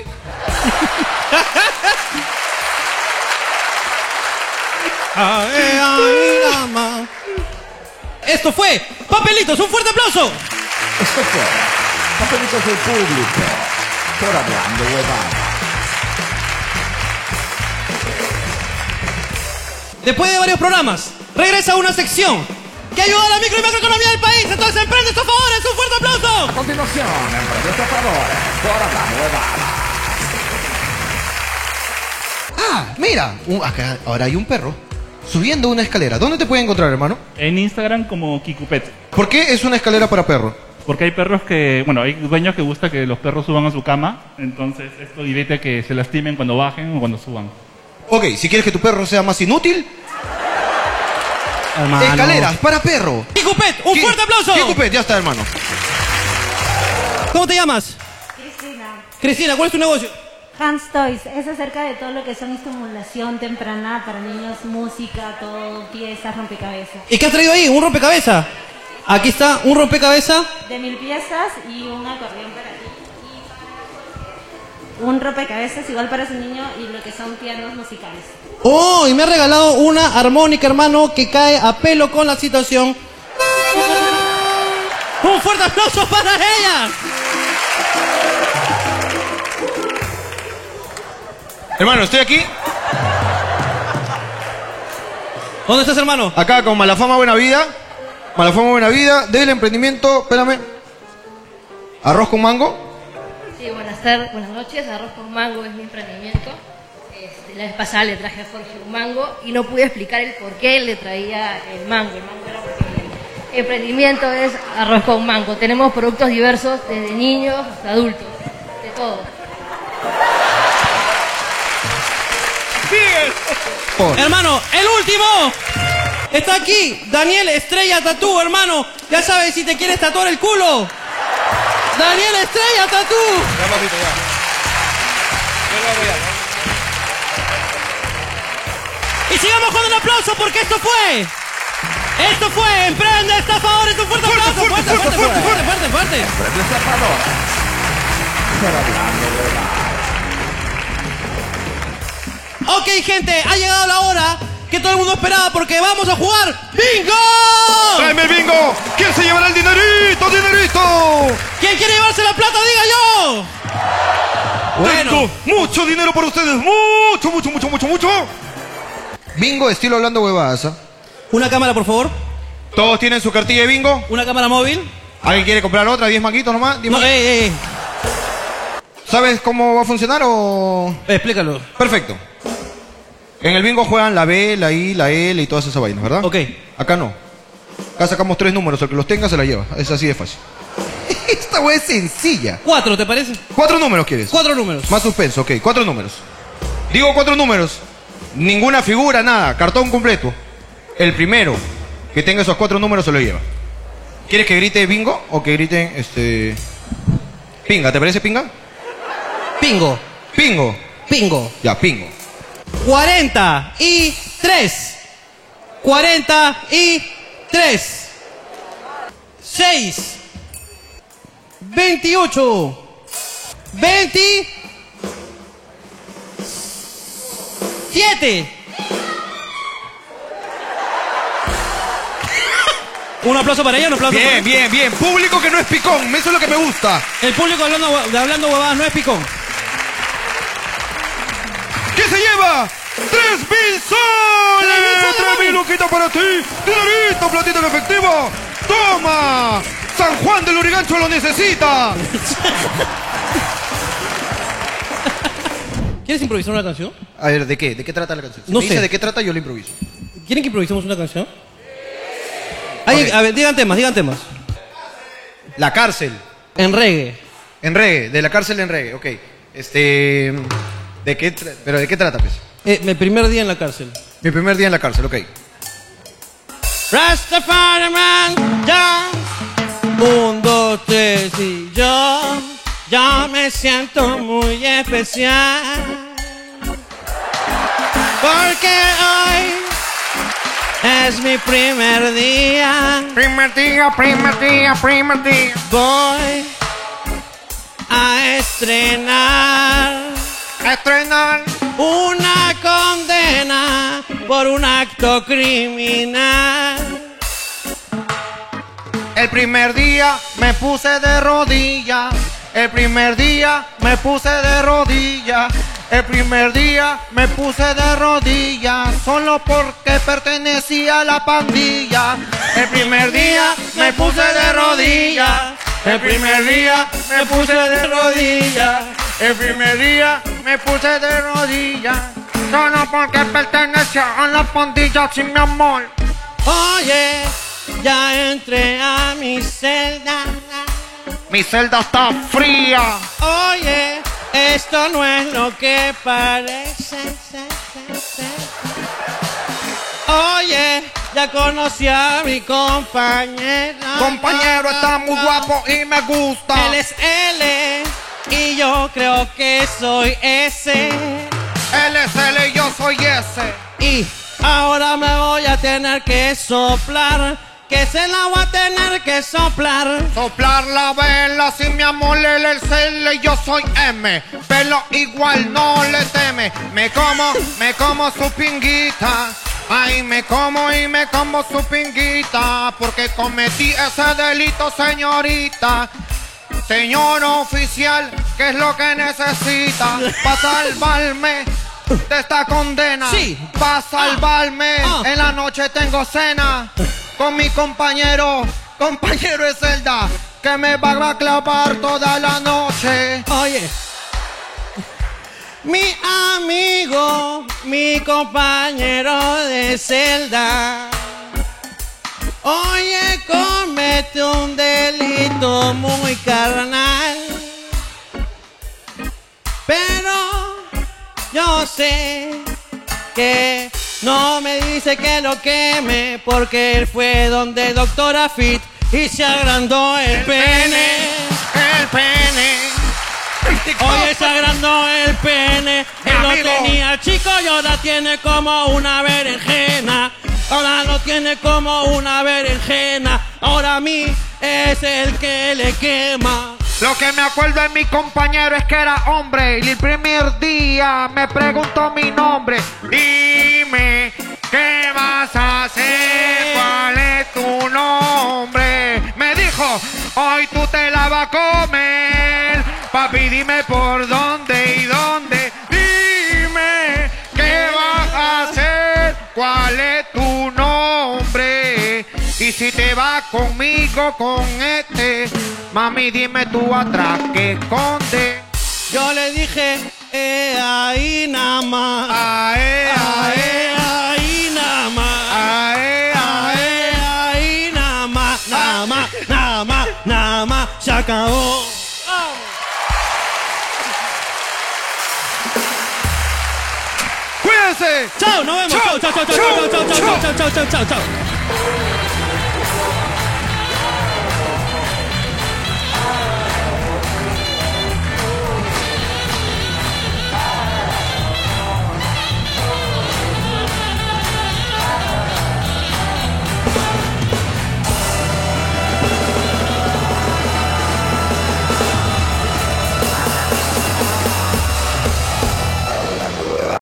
Esto fue Papelitos, un fuerte aplauso. Esto fue Papelitos del Público por Hablando Huevada. Después de varios programas, regresa una sección que ayuda a la micro y macroeconomía del país. Entonces, emprende estafadores, un fuerte aplauso. A continuación, emprende estafadores por Hablando Huevada. Mira, acá ahora hay un perro subiendo una escalera. ¿Dónde te puede encontrar, hermano? En Instagram como Kikupet. ¿Por qué es una escalera para perro? Porque hay perros que, hay dueños que gusta que los perros suban a su cama, entonces esto evita que se lastimen cuando bajen o cuando suban. Ok, si quieres que tu perro sea más inútil, hermano. Escaleras para perro. Kikupet, un fuerte aplauso. Kikupet, ya está, hermano. ¿Cómo te llamas? Cristina, ¿cuál es tu negocio? Hans Toys, es acerca de todo lo que son estimulación temprana para niños, música, todo, piezas, rompecabezas. ¿Y qué has traído ahí? ¿Un rompecabezas? Aquí está, un rompecabezas. De 1000 piezas y un acordeón para ti. Y un rompecabezas igual para su niño y lo que son pianos musicales. Oh, y me ha regalado una armónica, hermano, que cae a pelo con la situación. ¡Un fuerte aplauso para ella! Hermano, estoy aquí. ¿Dónde estás, hermano? Acá con Malafama Buena Vida. Malafama Buena Vida del emprendimiento, espérame. Arroz con mango. Sí, buenas noches. Arroz con mango es mi emprendimiento. La vez pasada le traje a Jorge un mango y no pude explicar el por qué le traía el mango. El mango era porque el emprendimiento es arroz con mango. Tenemos productos diversos, desde niños hasta adultos, de todo. Hermano, el último está aquí. Daniel Estrella Tatú, hermano. Ya sabes si te quieres tatuar el culo. Daniel Estrella Tatú. Ya, papito, ya. Y sigamos con un aplauso porque esto fue Emprende Estafadores. Un fuerte aplauso. Fuerte. Emprende Estafadores. Pero hablando, Ok, gente, ha llegado la hora que todo el mundo esperaba porque vamos a jugar ¡Bingo! ¡Tráeme el bingo! ¿Quién se llevará el dinerito? ¿Quién quiere llevarse la plata? ¡Diga yo! Bueno, mucho dinero por ustedes. Mucho. Bingo estilo hablando huevadas. ¿Eh? Una cámara, por favor. ¿Todos tienen su cartilla de bingo? Una cámara móvil. ¿Alguien quiere comprar otra? ¿10 manguitos nomás? No, ¿Sabes cómo va a funcionar o...? Explícalo. Perfecto. En el bingo juegan la B, la I, la L y todas esas vainas, ¿verdad? Ok. Acá no. Acá sacamos 3 números. El que los tenga se la lleva. Es así de fácil. Esta wea es sencilla. 4, ¿te parece? 4 números quieres. 4 números. Más suspenso, ok. 4 números. Digo 4 números. Ninguna figura, nada. Cartón completo. El primero que tenga esos 4 números se lo lleva. ¿Quieres que grite bingo o que griten pinga? ¿Te parece pinga? Pingo. Ya, pingo. 43. 43. 6. 28. 27. Un aplauso para ella, un aplauso para ella. Bien. Público que no es picón. Eso es lo que me gusta. El público hablando huevadas no es picón. ¿Qué se lleva? 3.000 soles. 3.000 luquitas para ti. Dinerito, platito en efectivo. ¡Toma! San Juan del Lurigancho lo necesita. ¿Quieres improvisar una canción? A ver, ¿de qué? ¿De qué trata la canción? Si No me sé. dice de qué trata, yo la improviso. ¿Quieren que improvisemos una canción? Okay. A ver, digan temas. La cárcel. En reggae. De la cárcel en reggae, ok. ¿Pero de qué trata, pues? Mi primer día en la cárcel. Mi primer día en la cárcel, ok. Rastafari man, ya. 1, 2, 3 y yo ya me siento muy especial. Porque hoy es mi primer día. Primer día. Voy a estrenar una condena por un acto criminal. El primer día me puse de rodillas. El primer día me puse de rodillas. El primer día me puse de rodillas solo porque pertenecía a la pandilla. El primer día me puse de rodillas. El primer día me puse de rodillas. El primer día me puse de rodillas solo porque pertenecía a la pandilla, sin mi amor. Oye, ya entré a mi celda. Mi celda está fría. Oye, esto no es lo que parece. Oye, ya conocí a mi compañero. Compañero está muy guapo y me gusta. Él es L y yo creo que soy S. Él es L y yo soy S. Y ahora me voy a tener que soplar. Que se la voy a tener que soplar. Soplar la vela, si mi amor él es L y yo soy M. Pero igual no le teme. Me como su pinguita. Ay, me como su pinguita. Porque cometí ese delito, señorita. Señor oficial, ¿qué es lo que necesita? Para salvarme de esta condena. Sí. Pa' salvarme, en la noche tengo cena con mi compañero de celda, que me va a clavar toda la noche. Oye. Mi amigo, mi compañero de celda, oye, comete un delito muy carnal, pero yo sé que no me dice que lo queme, porque él fue donde doctora Fit y se agrandó el pene. El pene. Oye, se agrandó el pene. Él lo tenía chico y ahora tiene como una berenjena. Ahora lo tiene como una berenjena. Ahora a mí es el que le quema. Lo que me acuerdo de mi compañero es que era hombre y el primer día me preguntó mi nombre. Dime, ¿qué vas a hacer? ¿Cuál es tu nombre? Me dijo, hoy tú te la vas a comer. Papi, dime por dónde y dónde. Dime, ¿qué vas a hacer? ¿Cuál es tu nombre? Y si te vas conmigo con este, mami, dime tú atrás que esconde. Yo le dije, ahí nada más. Ahí nada más. Ahí nada más. Nada más. Se acabó. ¡Cuídense! ¡Chao! ¡Nos vemos! ¡Chao!